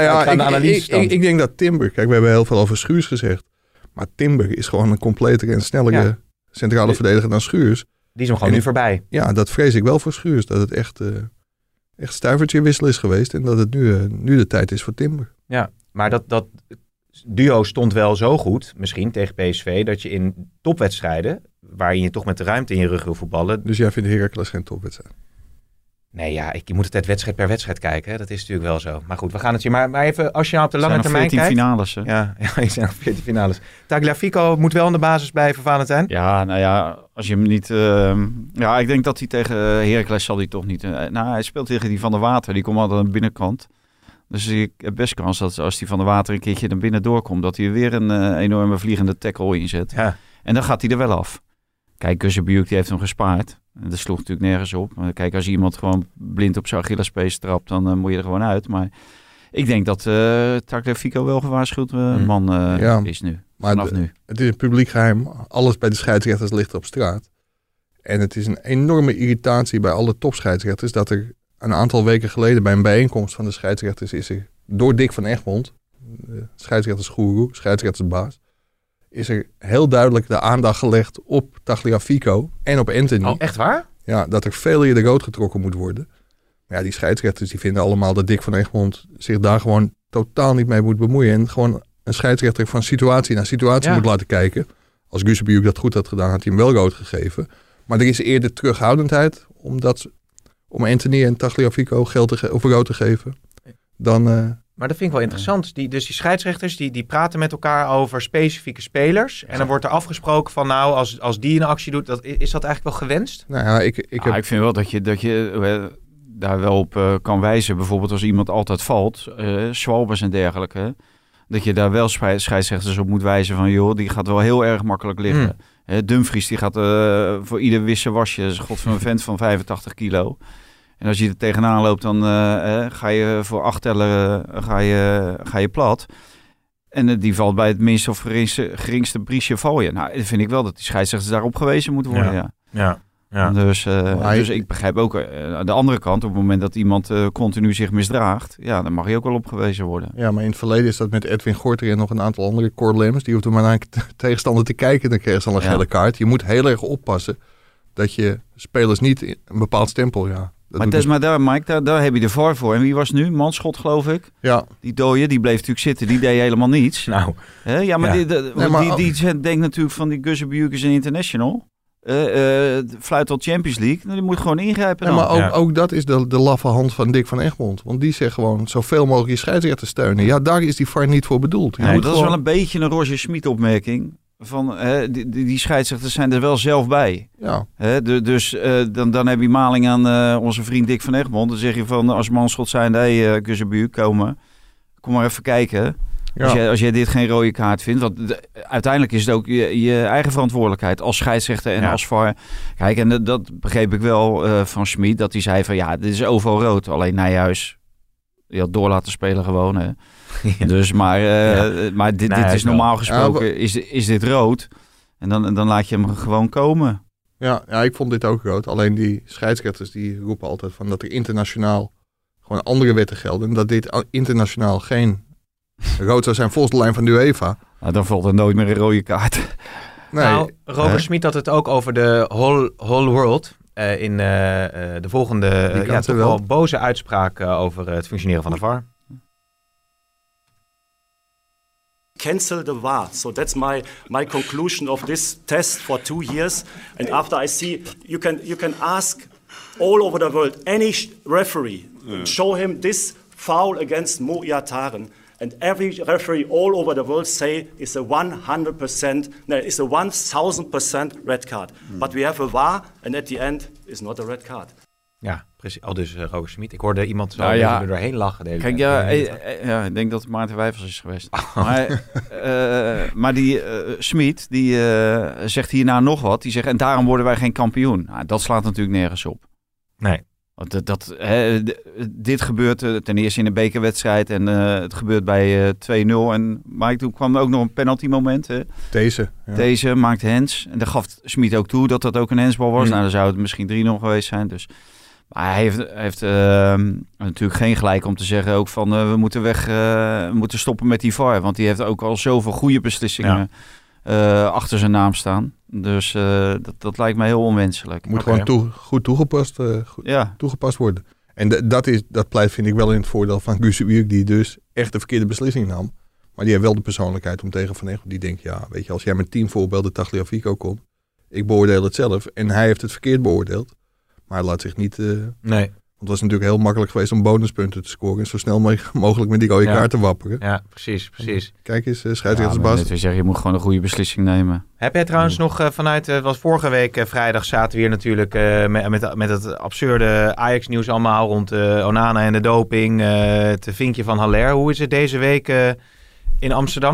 denk dat Timber... Kijk, we hebben heel veel over Schuurs gezegd. Maar Timber is gewoon een completere en snellere centrale verdediger dan Schuurs. Die is hem gewoon nu voorbij. Ja, dat vrees ik wel voor Schuurs. Dat het echt stuivertje wissel is geweest. En dat het nu de tijd is voor Timber. Ja, maar dat duo stond wel zo goed, misschien tegen PSV... dat je in topwedstrijden, waarin je toch met de ruimte in je rug wil voetballen... Dus jij vindt Heracles geen topwedstrijd? Nee, je moet het tijd wedstrijd per wedstrijd kijken. Hè? Dat is natuurlijk wel zo. Maar goed, we gaan het zien. Maar even, als je nou op de lange termijn kijkt... finales, hè? Ja, je zijn nog 14 finales. Tagliafico moet wel in de basis blijven, Valentijn? Ja, als je hem niet... ik denk dat hij tegen Heracles zal hij toch niet... hij speelt tegen die Van der Water. Die komt altijd aan de binnenkant. Dus ik heb best kans dat als die Van der Water een keertje naar binnen doorkomt... dat hij weer een enorme vliegende tackle inzet. Ja. En dan gaat hij er wel af. Kijk, Guzebujuk die heeft hem gespaard. Dat sloeg natuurlijk nergens op. Kijk, als iemand gewoon blind op zijn Achillespees trapt, dan moet je er gewoon uit. Maar ik denk dat Tagliafico wel gewaarschuwd man is nu. Maar nu. Het is een publiek geheim. Alles bij de scheidsrechters ligt op straat. En het is een enorme irritatie bij alle topscheidsrechters dat er een aantal weken geleden bij een bijeenkomst van de scheidsrechters is er door Dick van Egmond, scheidsrechtersgoeroe, scheidsrechtersbaas, is er heel duidelijk de aandacht gelegd op Tagliafico en op Anthony. Oh, echt waar? Ja, dat er veel eerder rood getrokken moet worden. Maar ja, die scheidsrechters die vinden allemaal dat Dick van Egmond zich daar gewoon totaal niet mee moet bemoeien. En gewoon een scheidsrechter van situatie naar situatie moet laten kijken. Als Guzebujuk dat goed had gedaan, had hij hem wel rood gegeven. Maar er is eerder terughoudendheid om Anthony en Tagliafico rood te geven. Dan... Maar dat vind ik wel interessant. Die scheidsrechters die praten met elkaar over specifieke spelers. En dan wordt er afgesproken van als die een actie doet, is dat eigenlijk wel gewenst? Nou ja, ik vind wel dat je daar wel op kan wijzen. Bijvoorbeeld als iemand altijd valt, Schwalbers en dergelijke. Dat je daar wel scheidsrechters op moet wijzen van joh, die gaat wel heel erg makkelijk liggen. Dumfries die gaat voor ieder wisse wasje. Dat is god van een vent van 85 kilo. En als je er tegenaan loopt, dan ga je voor 8 tellen ga je plat. En die valt bij het minste of geringste briesje val je. Nou, dan vind ik wel dat die scheidsrechters daarop gewezen moeten worden. Ja. Dus ik begrijp ook aan de andere kant, op het moment dat iemand continu zich misdraagt, ja, dan mag hij ook wel opgewezen worden. Ja, maar in het verleden is dat met Edwin Gorter en nog een aantal andere Cor Lemmers. Die hoefden maar naar een tegenstander te kijken, dan kregen ze al een gele kaart. Je moet heel erg oppassen dat je spelers niet een bepaald stempel, Maar daar, Mike, daar heb je de VAR voor. En wie was nu? Manschot, geloof ik. Ja. Die dode, die bleef natuurlijk zitten. Die deed helemaal niets. Nou. Ja, maar die denkt natuurlijk van die Guzebujuk is een international. Fluit tot Champions League. Nou, die moet gewoon ingrijpen dan. Maar ook dat is de laffe hand van Dick van Egmond. Want die zegt gewoon zoveel mogelijk je scheidsrechter steunen. Ja, daar is die VAR niet voor bedoeld. Dat is wel een beetje een Roger Schmid opmerking. Van, die scheidsrechters zijn er wel zelf bij. Ja. Dus dan heb je maling aan onze vriend Dick van Egmond. Dan zeg je van, als Manschot zijn, Guzebujuk komen. Kom maar even kijken. Ja. Als jij dit geen rode kaart vindt. Want uiteindelijk is het ook je eigen verantwoordelijkheid als scheidsrechter en als VAR. Kijk, en dat begreep ik wel van Schmid. Dat hij zei van, dit is overal rood. Alleen Nijhuis, die had door laten spelen gewoon, hè. Ja. Dus, maar dit is normaal gesproken, is dit rood. En dan laat je hem gewoon komen. Ja, ik vond dit ook rood. Alleen die scheidsrechters die roepen altijd van dat er internationaal gewoon andere wetten gelden. En dat dit internationaal geen rood zou zijn volgens de lijn van de UEFA. Nou, dan valt er nooit meer een rode kaart. Nee. Robert Schmid had het ook over de whole world. In de volgende toch wel boze uitspraak over het functioneren van de VAR. Cancel the VAR. So that's my conclusion of this test for 2 years. And after I see, you can ask all over the world any referee, show him this foul against Mo Iataren, and every referee all over the world say it's a 1000% red card. But we have a VAR, and at the end it's not a red card. Ja, precies. Al dus Roger Schmid. Ik hoorde iemand zo er doorheen lachen. Kijk, ik denk dat het Maarten Wijfels is geweest. Maar die Schmid, die zegt hierna nog wat. Die zegt, en daarom worden wij geen kampioen. Nou, dat slaat natuurlijk nergens op. Nee. Dit gebeurt ten eerste in een bekerwedstrijd en het gebeurt bij 2-0. Maar toen kwam er ook nog een penalty moment. Hè. Deze maakt hands. En daar gaf Schmid ook toe dat ook een handsbal was. Nou, dan zou het misschien 3-0 geweest zijn. Dus. Maar hij heeft natuurlijk geen gelijk om te zeggen ook van we moeten stoppen met die VAR. Want die heeft ook al zoveel goede beslissingen achter zijn naam staan. Dus dat lijkt mij heel onwenselijk. Moet gewoon goed toegepast worden. En dat pleit vind ik wel in het voordeel van Guzebujuk, die dus echt de verkeerde beslissing nam. Maar die heeft wel de persoonlijkheid om tegen Van Egmond. Die denkt, weet je, als jij met 10 voorbeelden Tagliafico komt, ik beoordeel het zelf. En hij heeft het verkeerd beoordeeld. Maar hij laat zich niet... Nee. Want het was natuurlijk heel makkelijk geweest om bonuspunten te scoren. En zo snel mogelijk met die rode kaart te wapperen. Ja, precies. Kijk eens, scheidsrechtersbaas. Je moet gewoon een goede beslissing nemen. Heb jij trouwens nog vanuit... was vorige week vrijdag zaten we hier natuurlijk met het absurde Ajax-nieuws allemaal rond Onana en de doping. Het vinkje van Haller. Hoe is het deze week in Amsterdam?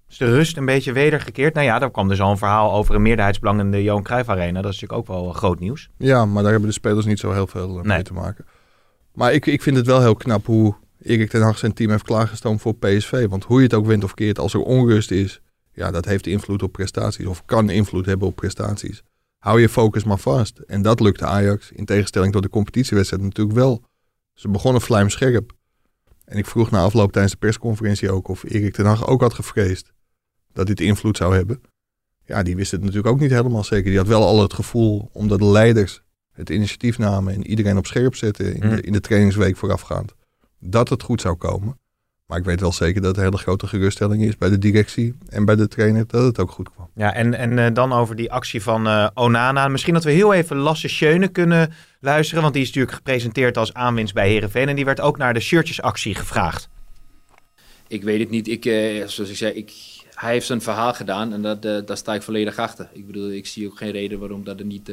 Is de rust een beetje wedergekeerd? Nou ja, daar kwam dus al een verhaal over een meerderheidsbelang in de Johan Cruijff Arena. Dat is natuurlijk ook wel groot nieuws. Ja, maar daar hebben de spelers niet zo heel veel mee te maken. Maar ik vind het wel heel knap hoe Erik ten Hag zijn team heeft klaargestoomd voor PSV. Want hoe je het ook wint of keert, als er onrust is, ja, dat heeft invloed op prestaties. Of kan invloed hebben op prestaties. Hou je focus maar vast. En dat lukte Ajax, in tegenstelling tot de competitiewedstrijd, natuurlijk wel. Ze begonnen vlijmscherp. En ik vroeg na afloop tijdens de persconferentie ook of Erik ten Hag ook had gevreesd dat dit invloed zou hebben. Ja, die wist het natuurlijk ook niet helemaal zeker. Die had wel al het gevoel, omdat de leiders het initiatief namen en iedereen op scherp zetten in de trainingsweek voorafgaand, dat het goed zou komen. Maar ik weet wel zeker dat er een hele grote geruststelling is bij de directie en bij de trainer dat het ook goed kwam. Ja, en dan over die actie van Onana. Misschien dat we heel even Lasse Schöne kunnen luisteren, want die is natuurlijk gepresenteerd als aanwinst bij Heerenveen en die werd ook naar de shirtjesactie gevraagd. Ik weet het niet. Zoals ik zei, hij heeft zijn verhaal gedaan en daar sta ik volledig achter. Ik bedoel, ik zie ook geen reden waarom dat er niet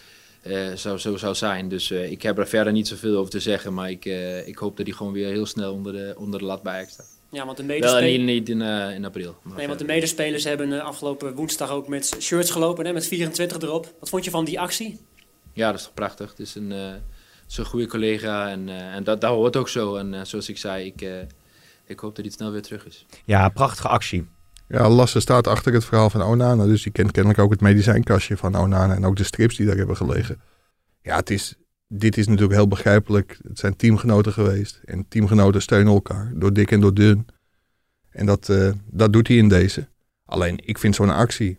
zo zou zijn. Dus ik heb er verder niet zoveel over te zeggen, maar ik hoop dat hij gewoon weer heel snel onder de lat bij Ajax staat. Ja, want de medespelers... Wel niet in april. Nee, want de medespelers hebben afgelopen woensdag ook met shirts gelopen, hè, met 24 erop. Wat vond je van die actie? Ja, dat is toch prachtig. Het is een goede collega en dat hoort ook zo. En zoals ik zei, ik hoop dat hij snel weer terug is. Ja, prachtige actie. Ja, Lasse staat achter het verhaal van Onana. Dus die kent kennelijk ook het medicijnkastje van Onana en ook de strips die daar hebben gelegen. Ja, dit is natuurlijk heel begrijpelijk. Het zijn teamgenoten geweest. En teamgenoten steunen elkaar door dik en door dun. En dat doet hij in deze. Alleen, ik vind zo'n actie,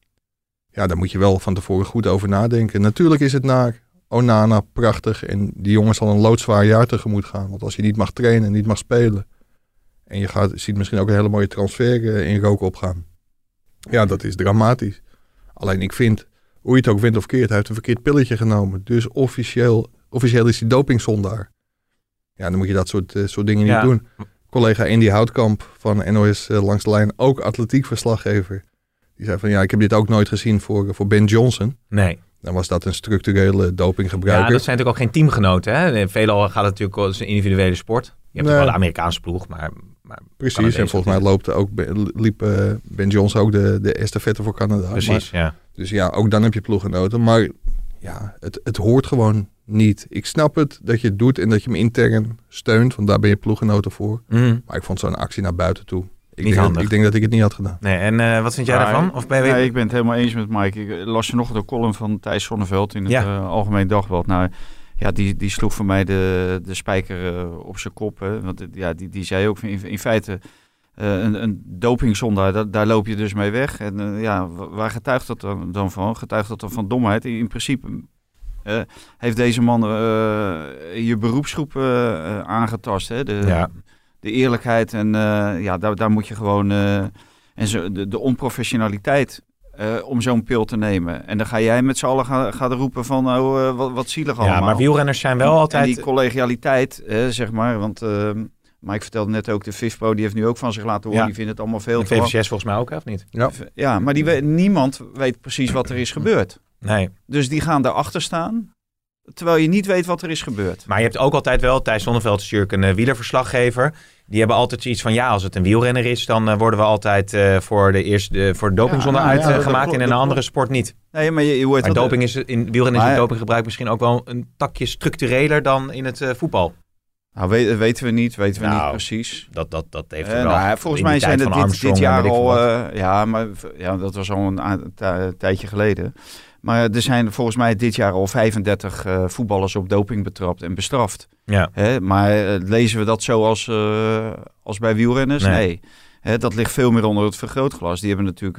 ja, daar moet je wel van tevoren goed over nadenken. Natuurlijk is het naar Onana prachtig. En die jongen zal een loodzwaar jaar tegemoet gaan. Want als je niet mag trainen en niet mag spelen. En je ziet misschien ook een hele mooie transfer in rook opgaan. Ja, dat is dramatisch. Alleen ik vind, hoe je het ook wint of keert, hij heeft een verkeerd pilletje genomen. Dus officieel is hij dopingzondaar. Ja, dan moet je dat soort dingen niet doen. Collega Andy Houtkamp van NOS Langs de Lijn, ook atletiek verslaggever. Die zei van, ja, ik heb dit ook nooit gezien voor Ben Johnson. Nee. Dan was dat een structurele dopinggebruiker. Ja, dat zijn natuurlijk ook geen teamgenoten. Hè? Veelal gaat het natuurlijk als een individuele sport. Je hebt wel de Amerikaanse ploeg, maar precies, en volgens mij liep Ben Johnson ook de estafette voor Canada. Precies, ja. Dus ja, ook dan heb je ploeggenoten. Maar ja, het hoort gewoon niet. Ik snap het dat je het doet en dat je hem intern steunt, want daar ben je ploeggenoten voor. Maar ik vond zo'n actie naar buiten toe. Ik denk dat ik het niet had gedaan. Nee, en wat vind jij daarvan? Of ben je... Nee, ik ben het helemaal eens met Mike. Ik las je nog de column van Thijs Zonneveld in het Algemeen Dagblad. Nou, ja, die sloeg voor mij de spijker op zijn kop. Hè. Want die zei ook in feite een dopingzondaar, daar loop je dus mee weg. En waar getuigt dat dan van? Getuigt dat dan van domheid? In principe heeft deze man je beroepsgroep aangetast. Hè? De eerlijkheid en daar moet je gewoon... en de onprofessionaliteit om zo'n pil te nemen. En dan ga jij met z'n allen gaan roepen van wat zielig allemaal. Ja, maar wielrenners zijn wel altijd... En die collegialiteit, zeg maar, want... maar ik vertelde net ook, de FIFPro, die heeft nu ook van zich laten horen. Die vindt het allemaal veel te... De VVCS volgens mij ook, of niet? Ja, maar niemand weet precies wat er is gebeurd. Nee. Dus die gaan daarachter staan... Terwijl je niet weet wat er is gebeurd. Maar je hebt ook altijd wel, Thijs Zonneveld is natuurlijk een wielerverslaggever. Die hebben altijd zoiets van, als het een wielrenner is, dan worden we altijd voor de dopingzonde uitgemaakt en in een andere sport niet. Nee, maar doping is in wielrennen is dopinggebruik misschien ook wel een takje structureler dan in het voetbal. Nou, weten we niet precies. Dat heeft er wel. Volgens mij zijn het dit jaar al... dat was al een tijdje geleden. Maar er zijn volgens mij dit jaar al 35 voetballers op doping betrapt en bestraft. Ja. Maar lezen we dat zo als bij wielrenners? Nee. Dat ligt veel meer onder het vergrootglas. Die hebben natuurlijk,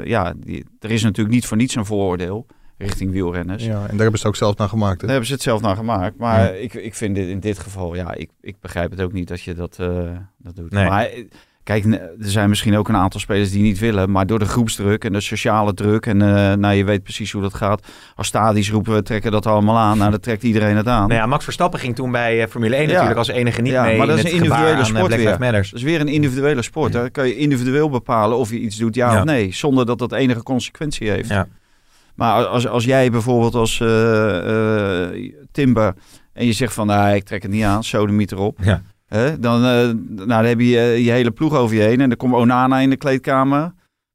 er is natuurlijk niet voor niets een vooroordeel richting wielrenners. Ja, en daar hebben ze het ook zelf naar gemaakt. Hè? Daar hebben ze het zelf naar gemaakt. Maar ik vind in dit geval, ik begrijp het ook niet dat je dat doet. Nee. Maar kijk, er zijn misschien ook een aantal spelers die niet willen, maar door de groepsdruk en de sociale druk en je weet precies hoe dat gaat. Als stadi's roepen, we trekken dat allemaal aan. Nou, dan trekt iedereen het aan. Nou ja, Max Verstappen ging toen bij Formule 1 natuurlijk als enige niet mee. Maar dat is een individuele sport Black Lives Matter. Dat is weer een individuele sport. Daar kan je individueel bepalen of je iets doet, of nee, zonder dat enige consequentie heeft. Ja. Maar als jij bijvoorbeeld als Timber en je zegt van, ik trek het niet aan, sodemiet erop. Ja. Dan heb je je hele ploeg over je heen. En dan komt Onana in de kleedkamer.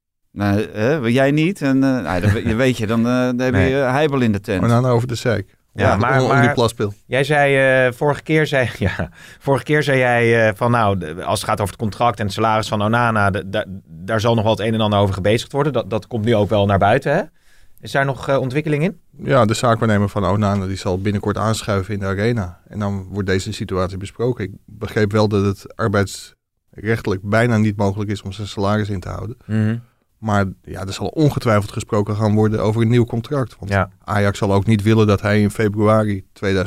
Jij niet. En dan heb je Heibel in de tent. Onana over de zeik. Ja, maar die plaspil. Jij zei vorige keer zei jij van als het gaat over het contract en het salaris van Onana, daar zal nog wel het een en ander over gebezigd worden. Dat komt nu ook wel naar buiten, hè? Is daar nog ontwikkeling in? Ja, de zaakwaarnemer van Onana die zal binnenkort aanschuiven in de arena. En dan wordt deze situatie besproken. Ik begreep wel dat het arbeidsrechtelijk bijna niet mogelijk is om zijn salaris in te houden. Mm-hmm. Maar ja, er zal ongetwijfeld gesproken gaan worden over een nieuw contract. Want Ajax zal ook niet willen dat hij in februari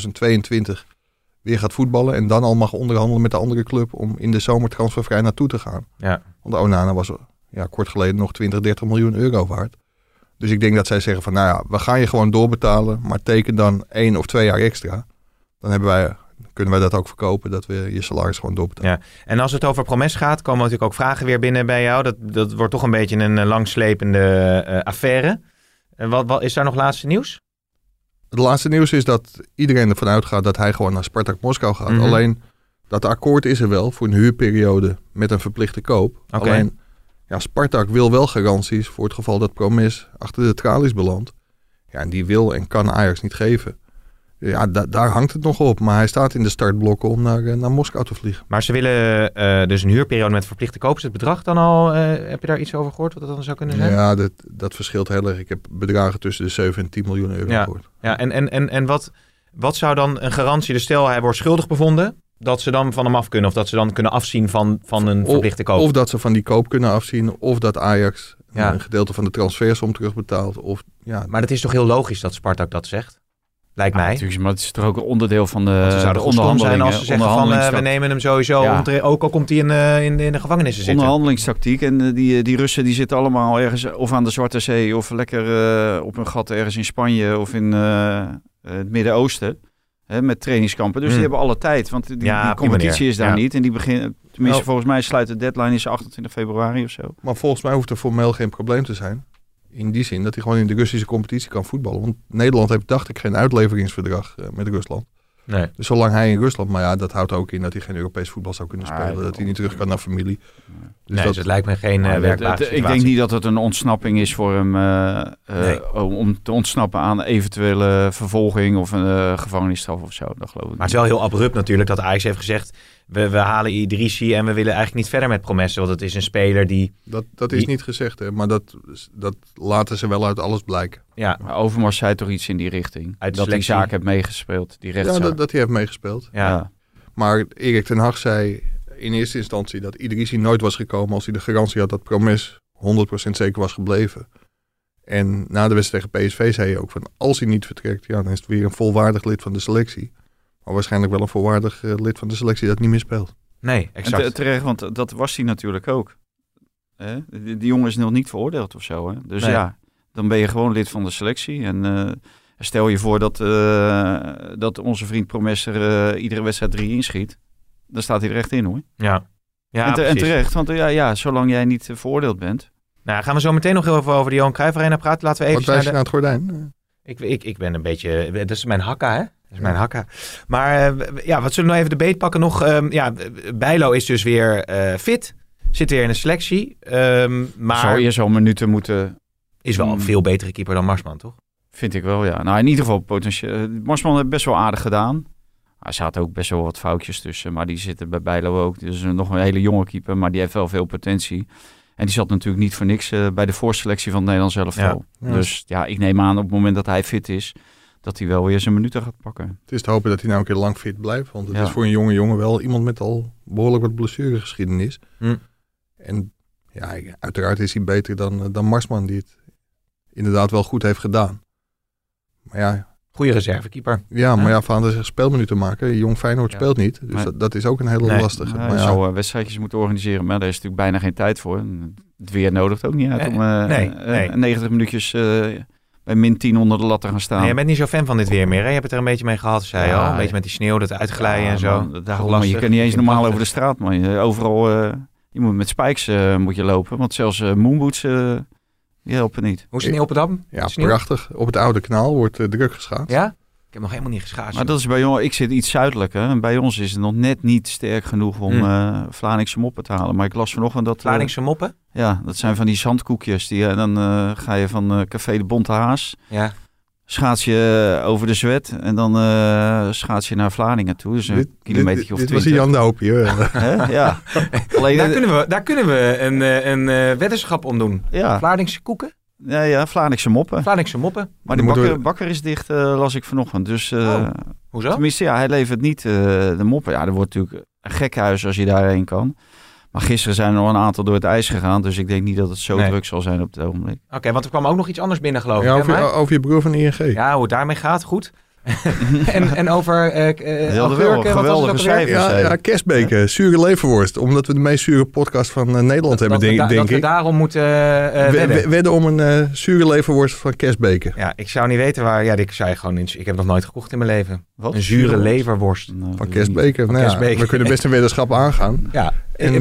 2022 weer gaat voetballen. En dan al mag onderhandelen met de andere club om in de zomer transfervrij naartoe te gaan. Ja. Want Onana was kort geleden nog 20-30 miljoen euro waard. Dus ik denk dat zij zeggen van we gaan je gewoon doorbetalen. Maar teken dan 1 of 2 jaar extra. Dan kunnen wij dat ook verkopen, dat we je salaris gewoon doorbetalen. Ja. En als het over Promes gaat, komen natuurlijk ook vragen weer binnen bij jou. Dat wordt toch een beetje een langslepende affaire. Wat is daar nog laatste nieuws? Het laatste nieuws is dat iedereen ervan uitgaat dat hij gewoon naar Spartak Moskou gaat. Mm-hmm. Alleen dat akkoord is er wel voor een huurperiode met een verplichte koop. Okay. Alleen Spartak wil wel garanties voor het geval dat Promes achter de tralies belandt. Ja, en die wil en kan Ajax niet geven. Ja, daar hangt het nog op. Maar hij staat in de startblokken om naar Moskou te vliegen. Maar ze willen dus een huurperiode met verplichte koop. Is het bedrag dan al? Heb je daar iets over gehoord wat dat dan zou kunnen zijn? Ja, dat verschilt heel erg. Ik heb bedragen tussen de 7 en 10 miljoen euro gehoord. Ja, en wat zou dan een garantie? Dus stel hij wordt schuldig bevonden. Dat ze dan van hem af kunnen. Of dat ze dan kunnen afzien van een verplichte koop. Of dat ze van die koop kunnen afzien. Of dat Ajax een gedeelte van de transfersom terugbetaalt. Maar het is toch heel logisch dat Spartak dat zegt? Lijkt mij. Natuurlijk, maar het is toch ook een onderdeel van de onderhandelingen zijn als ze zeggen van we nemen hem sowieso. Ja. Ook al komt hij in de gevangenis zitten. Onderhandelingstactiek. En die Russen die zitten allemaal ergens of aan de Zwarte Zee. Of lekker op een gat ergens in Spanje. Of in het Midden-Oosten. Met trainingskampen. Dus die hebben alle tijd. Want die competitie is daar niet. En die beginnen, tenminste volgens mij sluit de deadline is 28 februari of zo. Maar volgens mij hoeft er formeel geen probleem te zijn. In die zin dat hij gewoon in de Russische competitie kan voetballen. Want Nederland heeft, dacht ik, geen uitleveringsverdrag met Rusland. Nee. Dus zolang hij in Rusland, maar dat houdt ook in dat hij geen Europees voetbal zou kunnen spelen. Dat hij niet terug kan naar familie. Dus dat lijkt me geen werkbare situatie. Ik denk niet dat het een ontsnapping is voor hem om te ontsnappen aan eventuele vervolging of een gevangenisstraf of zo. Dat geloof ik. Maar het is wel heel abrupt natuurlijk dat Ajax heeft gezegd, we halen Idrissi en we willen eigenlijk niet verder met Promes. Want het is een speler die... Dat is niet gezegd, hè, maar dat laten ze wel uit alles blijken. Ja, maar Overmars zei toch iets in die richting. Dat die zaak heeft meegespeeld, die rechtszaak. Ja, dat hij heeft meegespeeld. Ja. Maar Erik ten Hag zei in eerste instantie dat Idrissi nooit was gekomen als hij de garantie had dat Promes 100% zeker was gebleven. En na de wedstrijd tegen PSV zei hij ook van als hij niet vertrekt, dan is het weer een volwaardig lid van de selectie. Maar waarschijnlijk wel een volwaardig lid van de selectie dat niet meer speelt. Nee, exact. En terecht, want dat was hij natuurlijk ook. Die jongen is nog niet veroordeeld of zo. Hè? Dus dan ben je gewoon lid van de selectie. En stel je voor dat onze vriend Promes er iedere wedstrijd 3 inschiet. Dan staat hij er echt in, hoor. Ja, en terecht, want zolang jij niet veroordeeld bent. Nou, gaan we zo meteen nog heel even over de Johan Cruijff Arena praten. Laten we even wat wijs je naar het gordijn? Ik ben een beetje... Dat is mijn hakka, hè? Dat is mijn hakka. Maar wat zullen we nou even de beet pakken nog? Bijlo is dus weer fit. Zit weer in de selectie. Maar zou je zo'n minuten moeten... Is wel een veel betere keeper dan Marsman, toch? Vind ik wel, ja. Nou, in ieder geval potentieel. Marsman heeft best wel aardig gedaan. Er zaten ook best wel wat foutjes tussen. Maar die zitten bij Bijlo ook. Dus nog een hele jonge keeper. Maar die heeft wel veel potentie. En die zat natuurlijk niet voor niks bij de voorselectie van het Nederlands elftal. Ja. Dus ik neem aan op het moment dat hij fit is, dat hij wel weer zijn minuten gaat pakken. Het is te hopen dat hij nou een keer lang fit blijft. Want het is voor een jonge jongen wel iemand met al behoorlijk wat blessuregeschiedenis. En uiteraard is hij beter dan Marsman, die het inderdaad wel goed heeft gedaan. Maar goede reservekeeper. Ja, maar Van der speelminuten maken. Jong Feyenoord speelt niet. Dus dat is ook een hele lastige. Hij zou wedstrijdjes moeten organiseren. Maar daar is natuurlijk bijna geen tijd voor. Het weer nodigt ook niet uit om 90 minuutjes bij -10 onder de lat te gaan staan. Nee, je bent niet zo fan van dit weer meer. Hè? Je hebt het er een beetje mee gehad, zei je al. Een beetje met die sneeuw, dat uitglijden en zo. Maar je kan niet eens normaal over de straat. Maar overal, je moet met spikes moet je lopen. Want zelfs moonboots... die helpen niet. Hoe is het in Opperdam? Ja, prachtig. Op het Oude Kanaal wordt druk geschaatst. Ja? Ik heb nog helemaal niet geschaatst. Maar dat is bij ons, ik zit iets zuidelijker. En bij ons is het nog net niet sterk genoeg om Vlaardingse moppen te halen. Maar ik las vanochtend dat... Vlaardingse moppen? Ja, dat zijn van die zandkoekjes. Dan ga je van Café de Bonte Haas. Ja. Schaats je over de Zwet. En dan schaats je naar Vlaardingen toe. Dus een kilometer of 20. Dit was Jan de Hoopie, hoor. Ja. Alleen, daar kunnen we een weddenschap om doen. Ja. Vlaardingse koeken? Ja, Vlaardingse moppen. Vlaardingse moppen. Maar de bakker is dicht, las ik vanochtend. Dus, hoezo? Tenminste, hij levert niet de moppen. Ja, er wordt natuurlijk een gekhuis als je daarheen kan. Maar gisteren zijn er nog een aantal door het ijs gegaan. Dus ik denk niet dat het zo druk zal zijn op het ogenblik. Oké, want er kwam ook nog iets anders binnen, geloof ik. Over je broer van ING. Ja, hoe het daarmee gaat, goed. en over geweldige cijfers. Ja, kerstbeken, zure leverworst. Omdat we de meest zure podcast van Nederland hebben, denk ik. Dat we daarom moeten wedden om een zure leverworst van kerstbeken. Ja, ik zou niet weten waar... Ja, ik zei gewoon... Ik heb nog nooit gekocht in mijn leven. Wat? Een zure leverworst. Van kerstbeken. We kunnen best een weddenschap aangaan. Ja.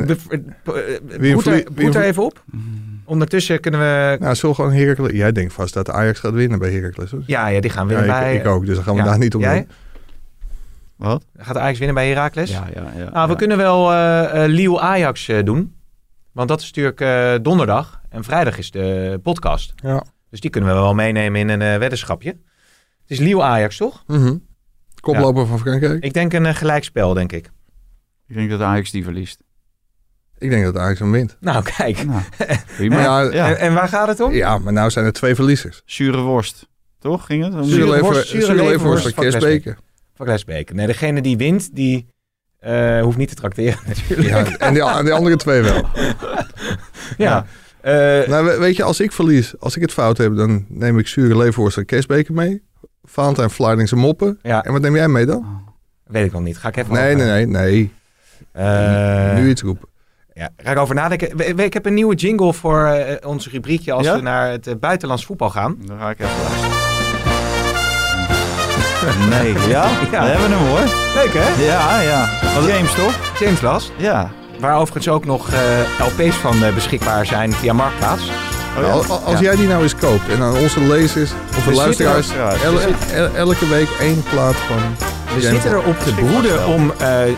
Boet er even op. Ondertussen kunnen we... Nou, zullen we gewoon Heracles... Jij denkt vast dat Ajax gaat winnen bij Heracles, hoor. Ja, die gaan winnen bij... Ik ook, dus dan gaan we daar niet om doen. Wat? Gaat Ajax winnen bij Heracles? Ja. Nou, we kunnen wel Lille-Ajax doen. Want dat is natuurlijk donderdag. En vrijdag is de podcast. Ja. Dus die kunnen we wel meenemen in een weddenschapje. Het is Lille-Ajax, toch? Mm-hmm. Koploper van Frankrijk. Ik denk een gelijkspel, denk ik. Ik denk dat Ajax die verliest. Ik denk dat Ajax hem wint. Nou, kijk. Nou, En waar gaat het om? Ja, maar nou zijn er 2 verliezers. Zure worst. Toch? Ging het? Zure leverworst van kerstbeken. Van kerstbeken. Nee, degene die wint, die hoeft niet te trakteren natuurlijk. Ja, en die andere 2 wel. Ja. Nou, weet je, als ik verlies, als ik het fout heb, dan neem ik zure leverworst van kerstbeken mee. Valentijn Vlaardingse moppen. Ja. En wat neem jij mee dan? Weet ik nog niet. Ga ik even Nee. Nu iets roepen. Ja, ga ik over nadenken. Ik heb een nieuwe jingle voor ons rubriekje als we naar het buitenlands voetbal gaan. Dan ga ik even luisteren. Nee, ja? We hebben hem, hoor. Leuk, hè? Ja. James, toch? James Last. Ja. Waar overigens ook nog LP's van beschikbaar zijn via Marktplaats. Als jij die nou eens koopt en aan onze lezers of de luisteraars elke week 1 plaat van... We zitten erop te broeden om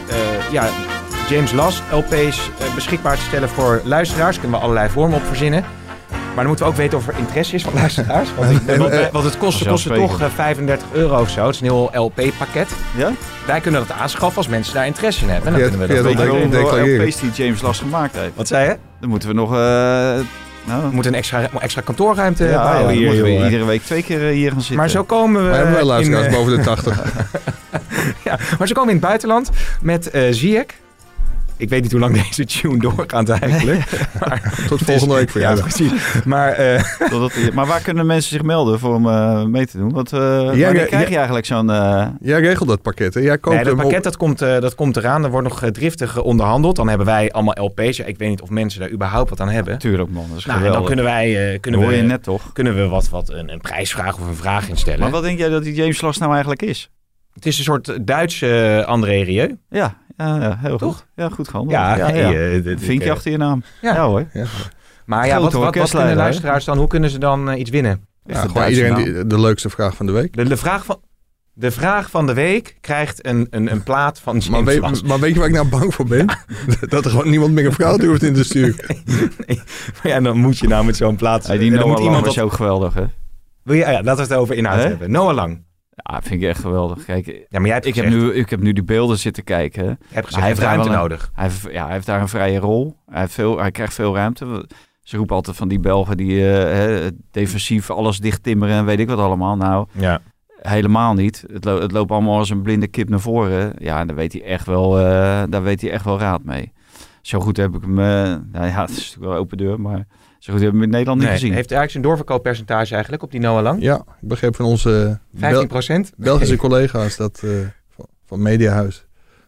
James Last LP's beschikbaar te stellen voor luisteraars. Daar kunnen we allerlei vormen op verzinnen. Maar dan moeten we ook weten of er interesse is van luisteraars. Want het kost toch €35 of zo. Het is een heel LP-pakket. Ja? Wij kunnen dat aanschaffen als mensen daar interesse in hebben. En dan kunnen we dat LP's die James Last gemaakt heeft. Wat zei je? Dan moeten we nog... we moeten een extra kantoorruimte bouwen hier. Moeten we iedere week 2 keer hier gaan zitten. Maar zo komen we... Maar hebben wij luisteraars boven de 80. Ja, maar zo komen we in het buitenland met Ziyech. Ik weet niet hoe lang deze tune doorgaat eigenlijk. Maar tot volgende week voor jou. Ja, precies. Maar, maar waar kunnen mensen zich melden voor om mee te doen? Wanneer krijg je eigenlijk zo'n... Jij regelt dat pakket, hè? Jij koopt dat pakket dat komt eraan. Er wordt nog driftig onderhandeld. Dan hebben wij allemaal LP's. Ja, ik weet niet of mensen daar überhaupt wat aan hebben. Tuurlijk, man. Dat is geweldig. En dan kunnen wij... hoor je net toch? Kunnen we een prijsvraag of een vraag instellen. Maar wat denk jij dat die James Last nou eigenlijk is? Het is een soort Duitse André Rieu. Ja, heel toch? goed. Ja, goed gehandeld. Ja. Vinkje achter je naam. Ja hoor. Ja. Maar wat kunnen luisteraars dan? Hoe kunnen ze dan iets winnen? Gewoon iedereen de leukste vraag van de week. De vraag van de week krijgt een plaat van James Last. Maar weet je waar ik nou bang voor ben? Dat er gewoon niemand meer een vraag durft in te sturen. Nee. Maar ja, dan moet je nou met zo'n plaat... Die Noah Lang was ook geweldig, hè? Laten we het over inhoud hebben. Noah Lang. Ja, vind ik echt geweldig. Kijk, ja, maar jij hebt ik heb nu die beelden zitten kijken. Je hebt gezegd, hij heeft ruimte nodig. Hij heeft daar een vrije rol. Hij krijgt veel ruimte. Ze roepen altijd van die Belgen die defensief alles dicht timmeren en weet ik wat allemaal. Nou, helemaal niet. Het loopt allemaal als een blinde kip naar voren. Ja, daar weet hij echt wel raad mee. Zo goed heb ik hem... het is natuurlijk wel open deur, maar... Zo goed hebben we in Nederland niet gezien. Heeft eigenlijk zijn doorverkooppercentage eigenlijk op die Noah Lang? Ja, ik begreep van onze 15%? Belgische collega's van Mediahuis.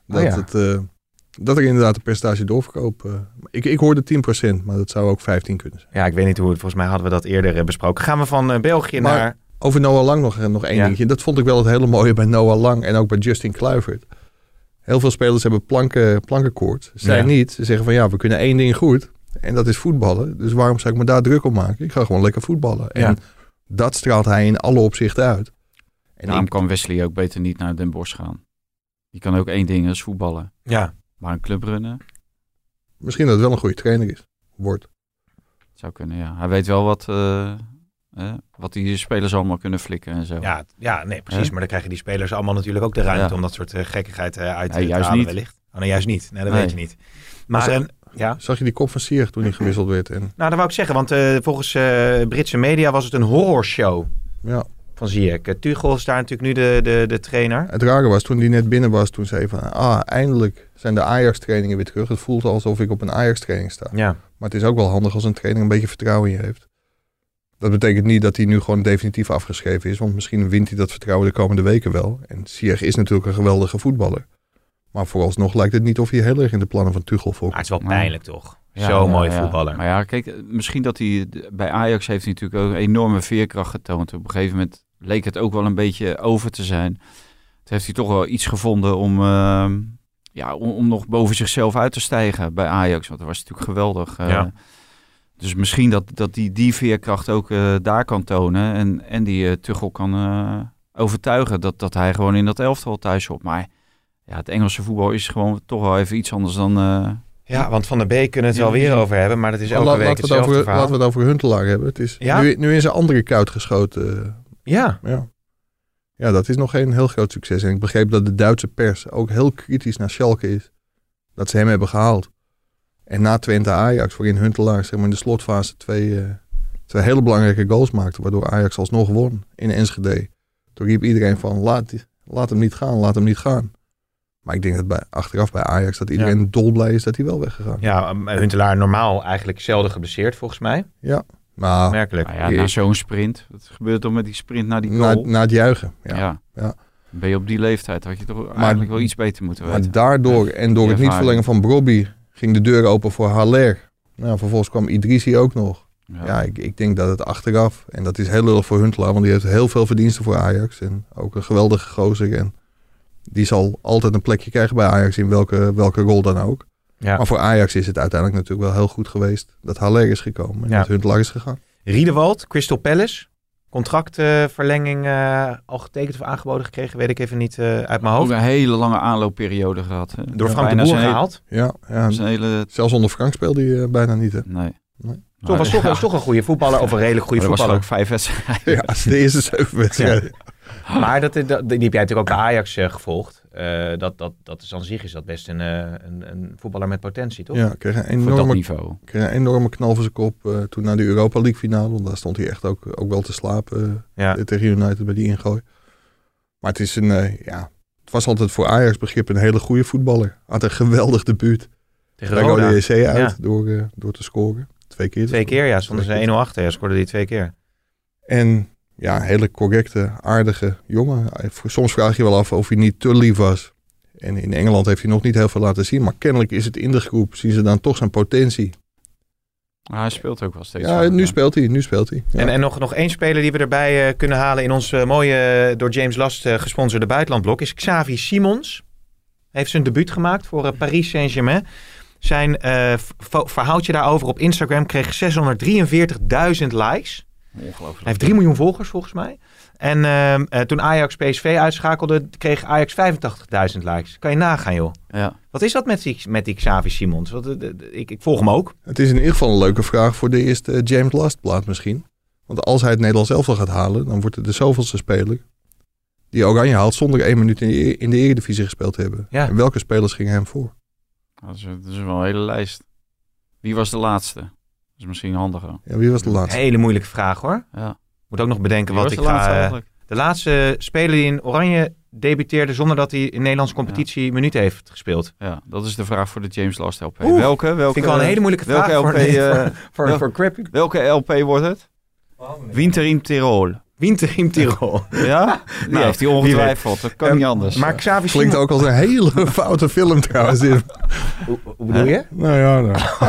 Dat er inderdaad een percentage doorverkoop... Ik hoorde 10%, maar dat zou ook 15 kunnen zijn. Ja, ik weet niet hoe. Volgens mij hadden we dat eerder besproken. Gaan we van België naar... Over Noah Lang nog één dingetje. Dat vond ik wel het hele mooie bij Noah Lang en ook bij Justin Kluivert. Heel veel spelers hebben plankenkoord. Zij niet. Ze zeggen van we kunnen 1 ding goed... En dat is voetballen. Dus waarom zou ik me daar druk op maken? Ik ga gewoon lekker voetballen. En dat straalt hij in alle opzichten uit. En daarom kan Wesley ook beter niet naar Den Bosch gaan. Die kan ook 1 ding, dat is voetballen. Ja. Maar een clubrunnen... Misschien dat het wel een goede trainer is. Wordt. Zou kunnen, ja. Hij weet wel wat die spelers allemaal kunnen flikken en zo. Nee, precies. Maar dan krijgen die spelers allemaal natuurlijk ook de ruimte om dat soort gekkigheid uit te halen niet. wellicht. Oh, nee, juist niet. Nee, dat weet je niet. Maar zag je die kop van Ziyech toen hij gewisseld werd? Nou, dat wou ik zeggen, want volgens Britse media was het een horrorshow van Ziyech. Tuchel is daar natuurlijk nu de trainer. Het rare was, toen hij net binnen was, toen zei hij van... eindelijk zijn de Ajax-trainingen weer terug. Het voelt alsof ik op een Ajax-training sta. Ja. Maar het is ook wel handig als een trainer een beetje vertrouwen in je heeft. Dat betekent niet dat hij nu gewoon definitief afgeschreven is. Want misschien wint hij dat vertrouwen de komende weken wel. En Ziyech is natuurlijk een geweldige voetballer. Maar vooralsnog lijkt het niet of hij heel erg in de plannen van Tuchel volgt. Maar het is wel pijnlijk toch? Zo'n mooie voetballer. Maar ja, kijk, misschien dat hij... Bij Ajax heeft hij natuurlijk ook een enorme veerkracht getoond. Op een gegeven moment leek het ook wel een beetje over te zijn. Toen heeft hij toch wel iets gevonden om nog boven zichzelf uit te stijgen bij Ajax. Want dat was natuurlijk geweldig. Dus misschien dat die veerkracht ook daar kan tonen. En die Tuchel kan overtuigen dat hij gewoon in dat elftal thuis hoort. Maar ja, het Engelse voetbal is gewoon toch wel even iets anders dan... want Van der Beek kunnen het wel weer over hebben. Maar dat is elke week hetzelfde verhaal. Laten we het over Huntelaar hebben. Het is nu in zijn andere kuit geschoten. Ja, dat is nog geen heel groot succes. En ik begreep dat de Duitse pers ook heel kritisch naar Schalke is. Dat ze hem hebben gehaald. En na Twente Ajax, waarin Huntelaar zeg maar, in de slotfase twee hele belangrijke goals maakte. Waardoor Ajax alsnog won in Enschede. Toen riep iedereen van laat hem niet gaan. Maar ik denk dat achteraf bij Ajax dat iedereen dolblij is dat hij wel weggegaan. Ja, Huntelaar normaal eigenlijk zelden geblesseerd volgens mij. Ja. Nou, merkelijk. Na zo'n sprint. Wat gebeurt er met die sprint naar die goal? Na het juichen. Ja. Ben je op die leeftijd, had je toch eigenlijk wel iets beter moeten weten. Maar daardoor en door het niet verlengen van Brobby ging de deur open voor Haller. Nou, vervolgens kwam Idrissi ook nog. Ja, ik denk dat het achteraf, en dat is heel lullig voor Huntelaar, want die heeft heel veel verdiensten voor Ajax. En ook een geweldige gozer. En die zal altijd een plekje krijgen bij Ajax in welke rol dan ook. Ja. Maar voor Ajax is het uiteindelijk natuurlijk wel heel goed geweest dat Haller is gekomen en dat Huntelaar is gegaan. Riedewald, Crystal Palace. Contractverlenging al getekend of aangeboden gekregen, weet ik even niet uit mijn hoofd. Ook een hele lange aanloopperiode gehad. Hè? Door Frank de Boer gehaald. Ja. Zelfs onder Frank speelde hij bijna niet. Hè? Nee. Was toch een goede voetballer of een redelijk goede voetballer. Was ook 5 wedstrijden. Ja, de eerste 7 wedstrijden. Ja. Maar die heb jij natuurlijk ook bij Ajax gevolgd. Dat is aan zich is dat best een voetballer met potentie, toch? Ja, kreeg een enorme knal voor zijn kop toen naar de Europa League finale. Want daar stond hij echt ook wel te slapen tegen United bij die ingooi. Maar het is het was altijd voor Ajax begrip een hele goede voetballer. Had een geweldig debuut. Tegen Roda JC uit door te scoren. 2 keer. 2 keer, ja. Stonden ze 1-0 achter. Ja, scoorde die 2 keer. En ja, een hele correcte, aardige jongen. Soms vraag je wel af of hij niet te lief was. En in Engeland heeft hij nog niet heel veel laten zien. Maar kennelijk is het in de groep. Zien ze dan toch zijn potentie. Hij speelt ook wel steeds. Ja, nu speelt hij. Ja. En nog 1 speler die we erbij kunnen halen in ons mooie door James Last gesponsorde buitenlandblok is Xavi Simons. Heeft zijn debuut gemaakt voor Paris Saint-Germain. Zijn verhaaltje daarover op Instagram kreeg 643.000 likes. Ongelooflijk. Hij heeft 3 miljoen volgers volgens mij. En toen Ajax PSV uitschakelde, kreeg Ajax 85.000 likes. Kan je nagaan, joh. Ja. Wat is dat met die Xavi Simons? Ik volg hem ook. Het is in ieder geval een leuke vraag voor de eerste James Last plaat misschien. Want als hij het Nederlands elftal gaat halen, dan wordt het de zoveelste speler die Oranje haalt zonder 1 minuut in de Eredivisie gespeeld te hebben. Ja. En welke spelers gingen hem voor? Dat is wel een hele lijst. Wie was de laatste? Dat is misschien handiger. Ja, wie was de laatste? Hele moeilijke vraag, hoor. Ja. Moet ook nog bedenken wat ik ga... De laatste speler die in Oranje debuteerde zonder dat hij in Nederlandse competitie minuten heeft gespeeld. Ja, dat is de vraag voor de James Last LP. Welke? Vind ik wel een hele moeilijke vraag voor Crappy. Welke LP wordt het? Winter in Tirol. Winter in Tirol. Ja? Die heeft hij ongetwijfeld. Dat kan niet anders. Maar Xavi klinkt ook als een hele foute film trouwens. Hoe bedoel je? Nou ja.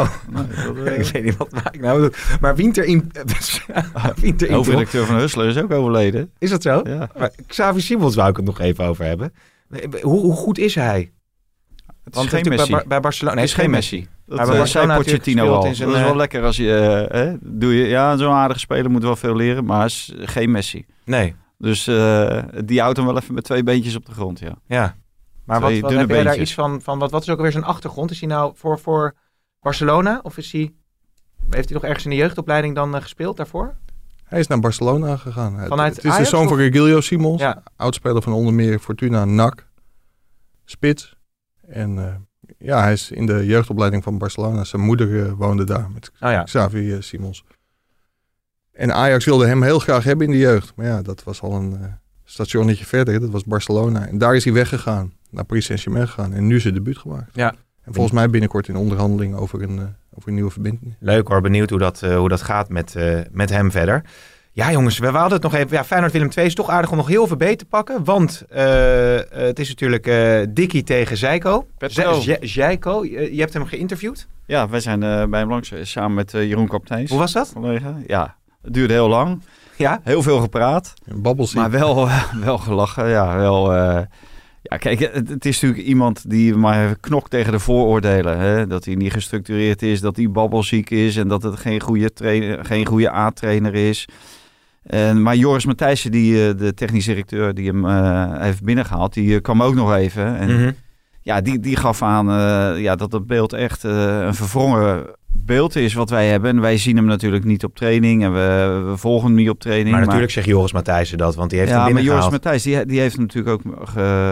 Ik weet niet wat ik nou bedoel. Maar Winter in de hoofdredacteur van Hustler is ook overleden. Is dat zo? Ja. Maar Xavi Simons wou ik het nog even over hebben. Hoe goed is hij? Het is geen Messi. Bij Barcelona. Het is geen Messi. Dat zei Pochettino al. Dat is wel lekker als je... zo'n aardige speler moet wel veel leren, maar hij is geen Messi. Nee. Dus die houdt hem wel even met 2 beentjes op de grond, ja. Ja, maar wat heb jij daar iets van wat is ook alweer zijn achtergrond? Is hij nou voor Barcelona of heeft hij nog ergens in de jeugdopleiding dan gespeeld daarvoor? Hij is naar Barcelona gegaan. Het is de zoon van Regilio Simons, oudspeler van onder meer Fortuna, NAC, spits. En hij is in de jeugdopleiding van Barcelona. Zijn moeder woonde daar met Xavi Simons. En Ajax wilde hem heel graag hebben in de jeugd. Maar ja, dat was al een stationnetje verder. Dat was Barcelona. En daar is hij weggegaan. Naar Paris Saint-Germain gegaan. En nu is het debuut gemaakt. Ja. En volgens mij binnenkort in onderhandeling over een nieuwe verbinding. Leuk hoor, benieuwd hoe dat gaat met hem verder. Ja jongens, we hadden het nog even. Ja, Feyenoord-Willem II is toch aardig om nog heel veel beter te pakken. Want het is natuurlijk Dickie tegen Zijko. Zijko, je hebt hem geïnterviewd? Ja, wij zijn bij hem langs samen met Jeroen Kapteins. Hoe was dat? Collega. Ja, het duurde heel lang. Ja? Heel veel gepraat. Babbelziek. Maar wel gelachen. Ja, wel... Ja, kijk, het is natuurlijk iemand die maar knokt tegen de vooroordelen. Hè? Dat hij niet gestructureerd is, dat hij babbelziek is en dat het geen goede A-trainer is. Maar Joris Matthijssen, de technisch directeur die hem heeft binnengehaald, die kwam ook nog even. En ja, die gaf aan dat het beeld echt een verwrongen beeld is wat wij hebben. En wij zien hem natuurlijk niet op training en we volgen hem niet op training. Maar natuurlijk zegt Joris Matthijssen dat, want die heeft hem binnengehaald. Ja, maar Joris Matthijssen, die heeft natuurlijk ook...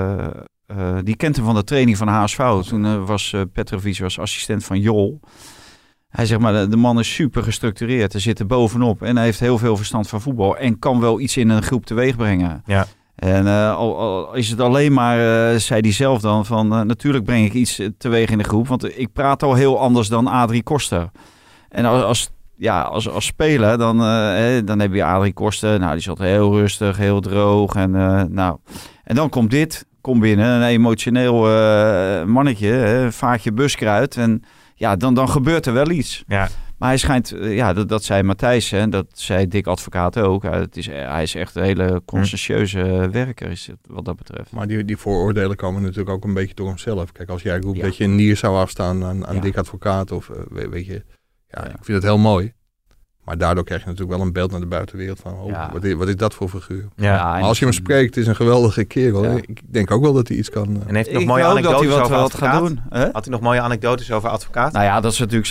die kent hem van de training van HSV. Toen was Petrovic assistent van Jol. Hij zegt maar, de man is super gestructureerd. Hij zit er bovenop en hij heeft heel veel verstand van voetbal. En kan wel iets in een groep teweeg brengen. Ja. En al is het alleen maar, zei hij zelf dan, van natuurlijk breng ik iets teweeg in de groep. Want ik praat al heel anders dan Adrie Koster. En als speler, dan heb je Adrie Koster. Nou, die zat heel rustig, heel droog. En dan komt dit, binnen, een emotioneel mannetje, vaatje buskruid. En ja, dan gebeurt er wel iets. Ja. Maar hij schijnt, dat zei Matthijssen en dat zei Dick Advocaat ook. Hij is echt een hele conscientieuze werker, is het, wat dat betreft. Maar die vooroordelen komen natuurlijk ook een beetje door hemzelf. Kijk, als jij roept dat je een nier zou afstaan aan Dick Advocaat of weet je. Ja, ik vind het heel mooi. Maar daardoor krijg je natuurlijk wel een beeld naar de buitenwereld van, wat is dat voor figuur? Ja, maar als je hem spreekt, het is een geweldige kerel. Ja. Ik denk ook wel dat hij iets kan... En heeft hij nog mooie anekdotes over Advocaat? Doen, had hij nog mooie anekdotes over Advocaat? Nou ja, dat ze natuurlijk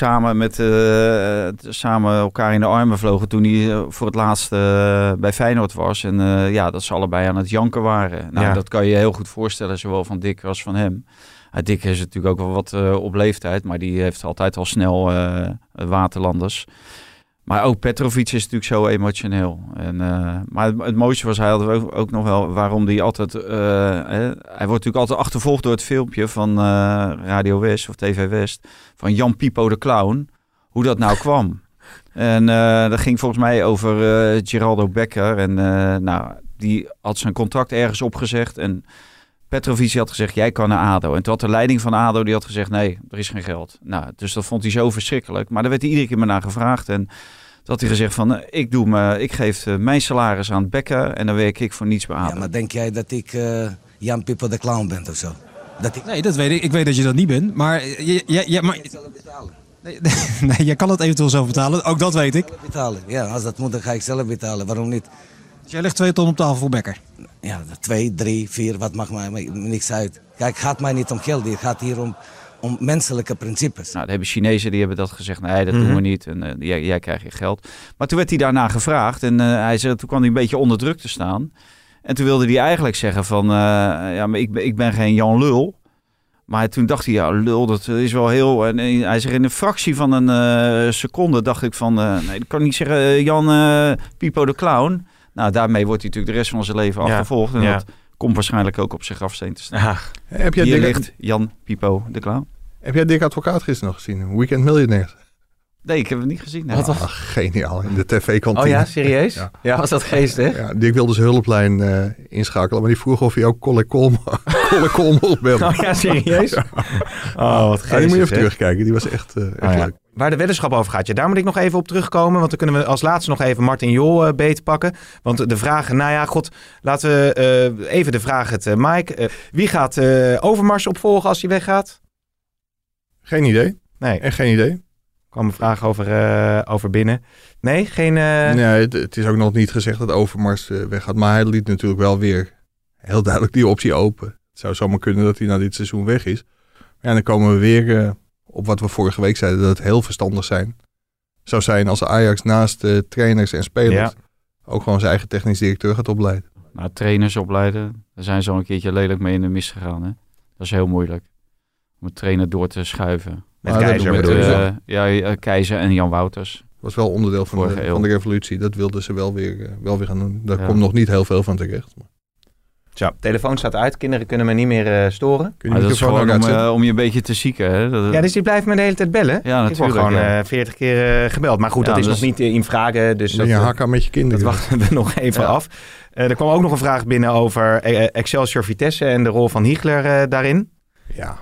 samen elkaar in de armen vlogen toen hij voor het laatst bij Feyenoord was. En dat ze allebei aan het janken waren. Nou, dat kan je heel goed voorstellen, zowel van Dick als van hem. Dick is natuurlijk ook wel wat op leeftijd, maar die heeft altijd al snel waterlanders. Maar ook Petrovic is natuurlijk zo emotioneel. Maar het mooiste was, hij had ook nog wel waarom hij altijd... hij wordt natuurlijk altijd achtervolgd door het filmpje van Radio West of TV West. Van Jan Pipo de Clown. Hoe dat nou kwam. En dat ging volgens mij over Geraldo Becker. En die had zijn contract ergens opgezegd. En Petrovic had gezegd, jij kan naar ADO. En toen had de leiding van ADO, die had gezegd, nee, er is geen geld. Nou, dus dat vond hij zo verschrikkelijk. Maar daar werd hij iedere keer maar naar gevraagd. En toen had hij gezegd van, ik geef mijn salaris aan Becker en dan werk ik voor niets bij ADO. Ja, maar denk jij dat ik Jan Pipo de Clown ben of zo? Nee, dat weet ik. Ik weet dat je dat niet bent. Maar maar... betalen. Nee, jij kan het eventueel zelf betalen. Ook dat weet ik. Betalen. Ja, als dat moet, dan ga ik zelf betalen. Waarom niet? Dus jij legt 2 ton op tafel voor Becker? Ja, 2, 3, 4, wat maakt mij niks uit. Kijk, het gaat mij niet om geld. Het gaat hier om menselijke principes. Nou, de Chinezen die hebben dat gezegd. Nee, dat doen we niet. En jij krijgt je geld. Maar toen werd hij daarna gevraagd. En toen kwam hij een beetje onder druk te staan. En toen wilde hij eigenlijk zeggen van... maar ik ben geen Jan Lul. Maar toen dacht hij, lul, dat is wel heel... En hij zegt, in een fractie van een seconde dacht ik van... nee, ik kan niet zeggen Jan Pipo de Clown. Nou, daarmee wordt hij natuurlijk de rest van zijn leven achtervolgd. En dat komt waarschijnlijk ook op zijn grafsteen te staan. Heb jij hier ligt Jan Pipo de Clown. Heb jij Dick Advocaat gisteren nog gezien? Weekend Millionaires? Nee, ik heb het niet gezien. Nee. Wat geniaal, in de tv-kantine. Oh ja, serieus? Ja, was dat geestig? Ja, Dick wilde zijn hulplijn inschakelen, maar die vroeg of hij ook Colle Kolm mocht bellen. Oh ja, serieus? Ja. Oh, wat geestig. Die moet je even terugkijken, die was echt leuk. Waar de weddenschap over gaat, daar moet ik nog even op terugkomen. Want dan kunnen we als laatste nog even Martin Jol beetpakken. Want de vragen, laten we even de vraag Mike. Wie gaat Overmars opvolgen als hij weggaat? Geen idee. Nee. Echt geen idee. kwam een vraag over binnen. Nee, geen... Nee, het is ook nog niet gezegd dat Overmars weggaat. Maar hij liet natuurlijk wel weer heel duidelijk die optie open. Het zou zomaar kunnen dat hij na dit seizoen weg is. Ja, dan komen we weer op wat we vorige week zeiden. Dat het heel verstandig zou zijn als Ajax naast trainers en spelers... ook gewoon zijn eigen technisch directeur gaat opleiden. Nou, trainers opleiden, daar zijn ze al een keertje lelijk mee in de mis gegaan. Hè? Dat is heel moeilijk. Om een trainer door te schuiven. Met Keizer. Keizer en Jan Wouters. Dat was wel onderdeel van de revolutie. Dat wilden ze wel weer gaan doen. Daar komt nog niet heel veel van terecht. Zo, telefoon staat uit. Kinderen kunnen me niet meer storen. Kun je dat is gewoon om je een beetje te zieken. Hè? Ja, dus die blijft me de hele tijd bellen. Ja, natuurlijk. Ik word gewoon 40 keer gebeld. Maar goed, dat is nog niet in vragen. Dus dat je hakka met je kinderen. Dat wachten we nog even af. Er kwam ook nog een vraag binnen over Excelsior Vitesse en de rol van Hiegler daarin. Ja.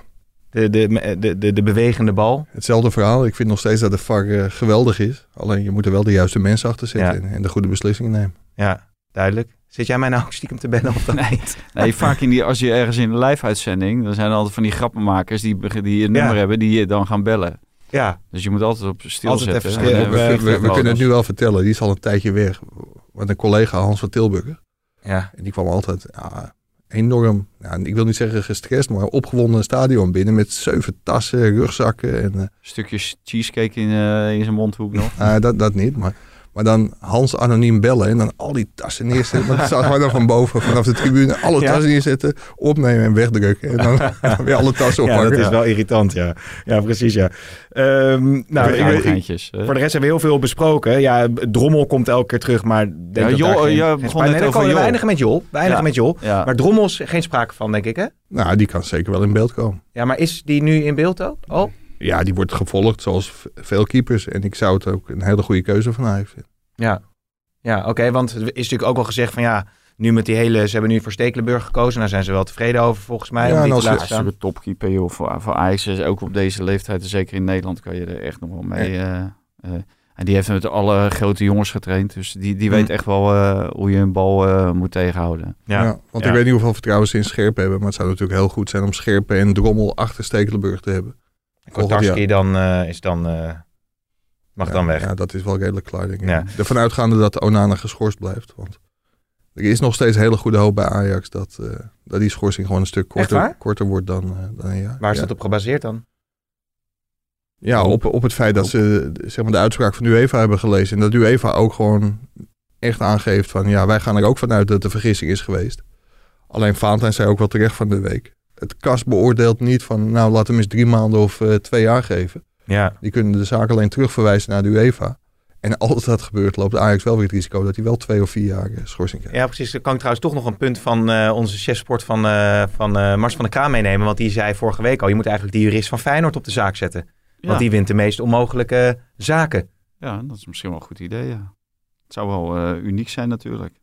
De bewegende bal. Hetzelfde verhaal. Ik vind nog steeds dat de VAR geweldig is. Alleen je moet er wel de juiste mensen achter zetten en de goede beslissingen nemen. Ja, duidelijk. Zit jij mij nou ook stiekem te bellen of dan niet? Nee, vaak als je ergens in een live-uitzending... dan zijn er altijd van die grappenmakers die een nummer hebben... die je dan gaan bellen. Ja. Dus je moet altijd op stil altijd zetten. We kunnen het nu wel vertellen. Die is al een tijdje weg. Want een collega, Hans van Tilburger... Ja. En die kwam altijd enorm... ik wil niet zeggen gestrest... maar opgewonden stadion binnen... met 7 tassen, rugzakken en... stukjes cheesecake in zijn mondhoek nog. Dat niet, maar dan Hans anoniem bellen en dan al die tassen neerzetten. Want dan zagen we dan van boven, vanaf de tribune, alle tassen neerzetten, opnemen en wegdrukken. En dan weer alle tassen oppakken. Ja, dat is wel irritant, ja. Ja, precies, ja. Voor de rest hebben we heel veel besproken. Ja, Drommel komt elke keer terug, maar... We eindigen met Jol. Ja. Maar Drommel is geen sprake van, denk ik, hè? Nou, die kan zeker wel in beeld komen. Ja, maar is die nu in beeld ook? Oh? Ja, die wordt gevolgd zoals veel keepers. En ik zou het ook een hele goede keuze van Ajax vinden. Ja, oké. Want er is natuurlijk ook al gezegd van nu met ze hebben nu voor Stekelenburg gekozen. Daar zijn ze wel tevreden over volgens mij. Ja, als de topkeeper joh, voor Ajax is ook op deze leeftijd. Zeker in Nederland kan je er echt nog wel mee. En die heeft met alle grote jongens getraind. Dus die weet echt wel hoe je een bal moet tegenhouden. Want ik weet niet hoeveel vertrouwen ze in Scherpen hebben. Maar het zou natuurlijk heel goed zijn om Scherpen en Drommel achter Stekelenburg te hebben. Kotarski mag dan weg. Ja, dat is wel redelijk klaar, denk ik. Ja. Ervan uitgaande dat Onana geschorst blijft. Want er is nog steeds hele goede hoop bij Ajax dat die schorsing gewoon een stuk korter wordt dan een jaar. Waar is dat op gebaseerd dan? Ja, op het feit dat ze zeg maar, de uitspraak van UEFA hebben gelezen. En dat UEFA ook gewoon echt aangeeft van... wij gaan er ook vanuit dat de vergissing is geweest. Alleen Valentijn zei ook wel terecht van de week... Het KAS beoordeelt niet van, laat hem eens 3 maanden of 2 jaar geven. Ja. Die kunnen de zaak alleen terugverwijzen naar de UEFA. En als dat gebeurt, loopt Ajax wel weer het risico dat hij wel 2 of 4 jaar schorsing krijgt. Ja, precies. Dan kan ik trouwens toch nog een punt van onze chefsport van Mars van der Kraan meenemen. Want die zei vorige week al, je moet eigenlijk die jurist van Feyenoord op de zaak zetten. Want die wint de meest onmogelijke zaken. Ja, dat is misschien wel een goed idee, ja. Het zou wel uniek zijn natuurlijk.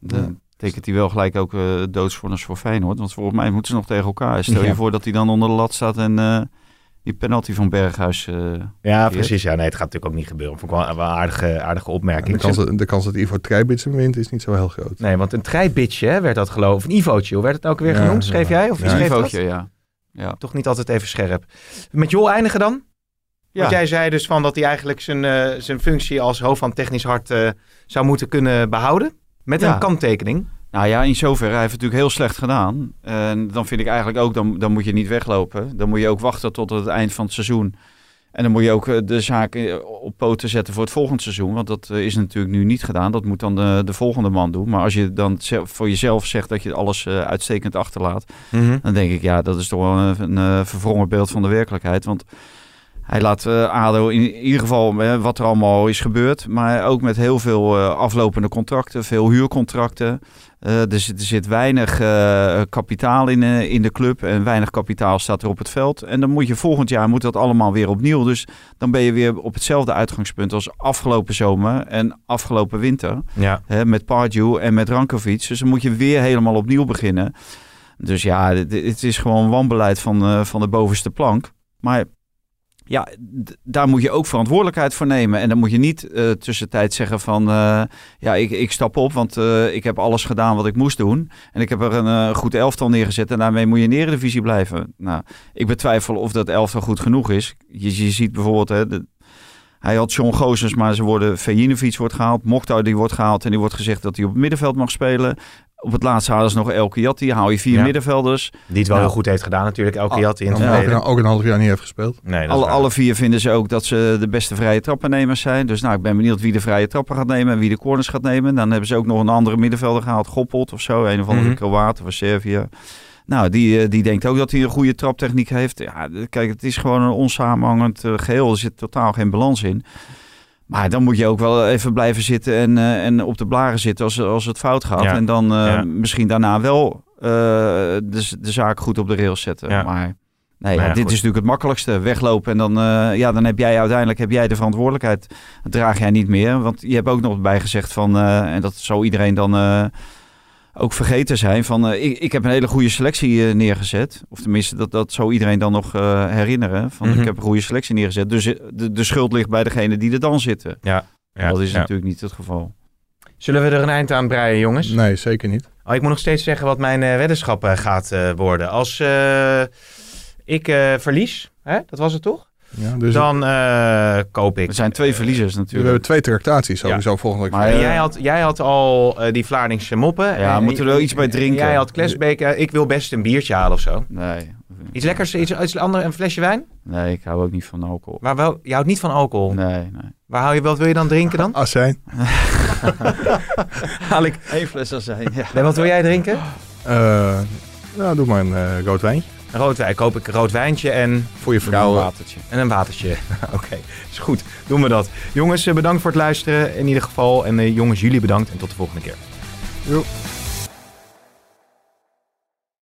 Tekent hij wel gelijk ook doodsvonnis voor Feyenoord. Want volgens mij moeten ze nog tegen elkaar. Stel je voor dat hij dan onder de lat staat en die penalty van Berghuis... precies. Ja, nee, het gaat natuurlijk ook niet gebeuren. Vond ik wel een aardige opmerking. De kans dat Ivo Trijbits hem wint is niet zo heel groot. Nee, want een Trijbitsje werd dat geloof. Of een Ivootje, hoe werd het ook weer genoemd? Schreef jij? Of een Ivootje, ja. Toch niet altijd even scherp. Met Jol eindigen dan? Ja. Want jij zei dus van dat hij eigenlijk zijn functie als hoofd van technisch hart zou moeten kunnen behouden. Met een kanttekening. Nou ja, in zoverre, hij heeft het natuurlijk heel slecht gedaan. En dan vind ik eigenlijk ook, dan moet je niet weglopen. Dan moet je ook wachten tot het eind van het seizoen. En dan moet je ook de zaak op poten zetten voor het volgende seizoen. Want dat is natuurlijk nu niet gedaan. Dat moet dan de volgende man doen. Maar als je dan voor jezelf zegt dat je alles uitstekend achterlaat. Dan denk ik, dat is toch wel een verwrongen beeld van de werkelijkheid. Want... Hij laat ADO in ieder geval wat er allemaal is gebeurd. Maar ook met heel veel aflopende contracten. Veel huurcontracten. Er zit weinig kapitaal in de club. En weinig kapitaal staat er op het veld. En dan moet je volgend jaar dat allemaal weer opnieuw. Dus dan ben je weer op hetzelfde uitgangspunt als afgelopen zomer en afgelopen winter. Ja. Met Pardew en met Rankovic. Dus dan moet je weer helemaal opnieuw beginnen. Dus ja, het is gewoon wanbeleid van de bovenste plank. Maar... Ja, daar moet je ook verantwoordelijkheid voor nemen. En dan moet je niet tussentijd zeggen van... ik stap op, want ik heb alles gedaan wat ik moest doen. En ik heb er een goed elftal neergezet... en daarmee moet je in de Eredivisie blijven. Nou, ik betwijfel of dat elftal goed genoeg is. Je ziet bijvoorbeeld... Hij had John Gozens, maar Vejinovic wordt gehaald. Mokhtar die wordt gehaald en die wordt gezegd dat hij op het middenveld mag spelen. Op het laatste halen ze nog El Kayati. Hou je 4 middenvelders. Die het wel heel goed heeft gedaan natuurlijk. El Kayati in het verleden. Ook een half jaar niet heeft gespeeld. Nee, alle 4 vinden ze ook dat ze de beste vrije trappennemers zijn. Dus ik ben benieuwd wie de vrije trappen gaat nemen en wie de corners gaat nemen. Dan hebben ze ook nog een andere middenvelder gehaald. Goppold of zo. Een of andere Kroaat of Servië. Nou, die denkt ook dat hij een goede traptechniek heeft. Ja, kijk, het is gewoon een onsamenhangend geheel. Er zit totaal geen balans in. Maar dan moet je ook wel even blijven zitten en op de blaren zitten als het fout gaat. Ja. En dan misschien daarna wel de zaak goed op de rails zetten. Ja. Maar dit is natuurlijk het makkelijkste. Weglopen en dan heb jij uiteindelijk de verantwoordelijkheid. Dat draag jij niet meer. Want je hebt ook nog bij gezegd van, en dat zou iedereen dan ook vergeten zijn, van ik heb een hele goede selectie neergezet. Of tenminste, dat zou iedereen dan nog herinneren. Van ik heb een goede selectie neergezet. Dus de schuld ligt bij degene die er dan zitten. Ja, dat is natuurlijk niet het geval. Zullen we er een eind aan breien, jongens? Nee, zeker niet. Ik moet nog steeds zeggen wat mijn weddenschap gaat worden. Als ik verlies, dat was het toch? Ja, dus dan koop ik. Er zijn 2 verliezers natuurlijk. We hebben 2 tractaties sowieso volgende week. Maar jij had al die Vlaardingse moppen. Ja, moeten we er wel iets bij drinken. Jij had Klesbeek. Ik wil best een biertje halen of zo. Nee. Iets lekkers, iets anders, een flesje wijn? Nee, ik hou ook niet van alcohol. Maar je houdt niet van alcohol? Nee. Wat wil je dan drinken dan? Azijn. Haal ik 1 fles azijn. Ja. En wat wil jij drinken? Doe maar een rood wijntje. Een rood wijn. Koop ik een rood wijntje en voor je vrouw een watertje. En een watertje. Oké, is goed. Doen we dat. Jongens, bedankt voor het luisteren in ieder geval. En jongens, jullie bedankt en tot de volgende keer. Jo.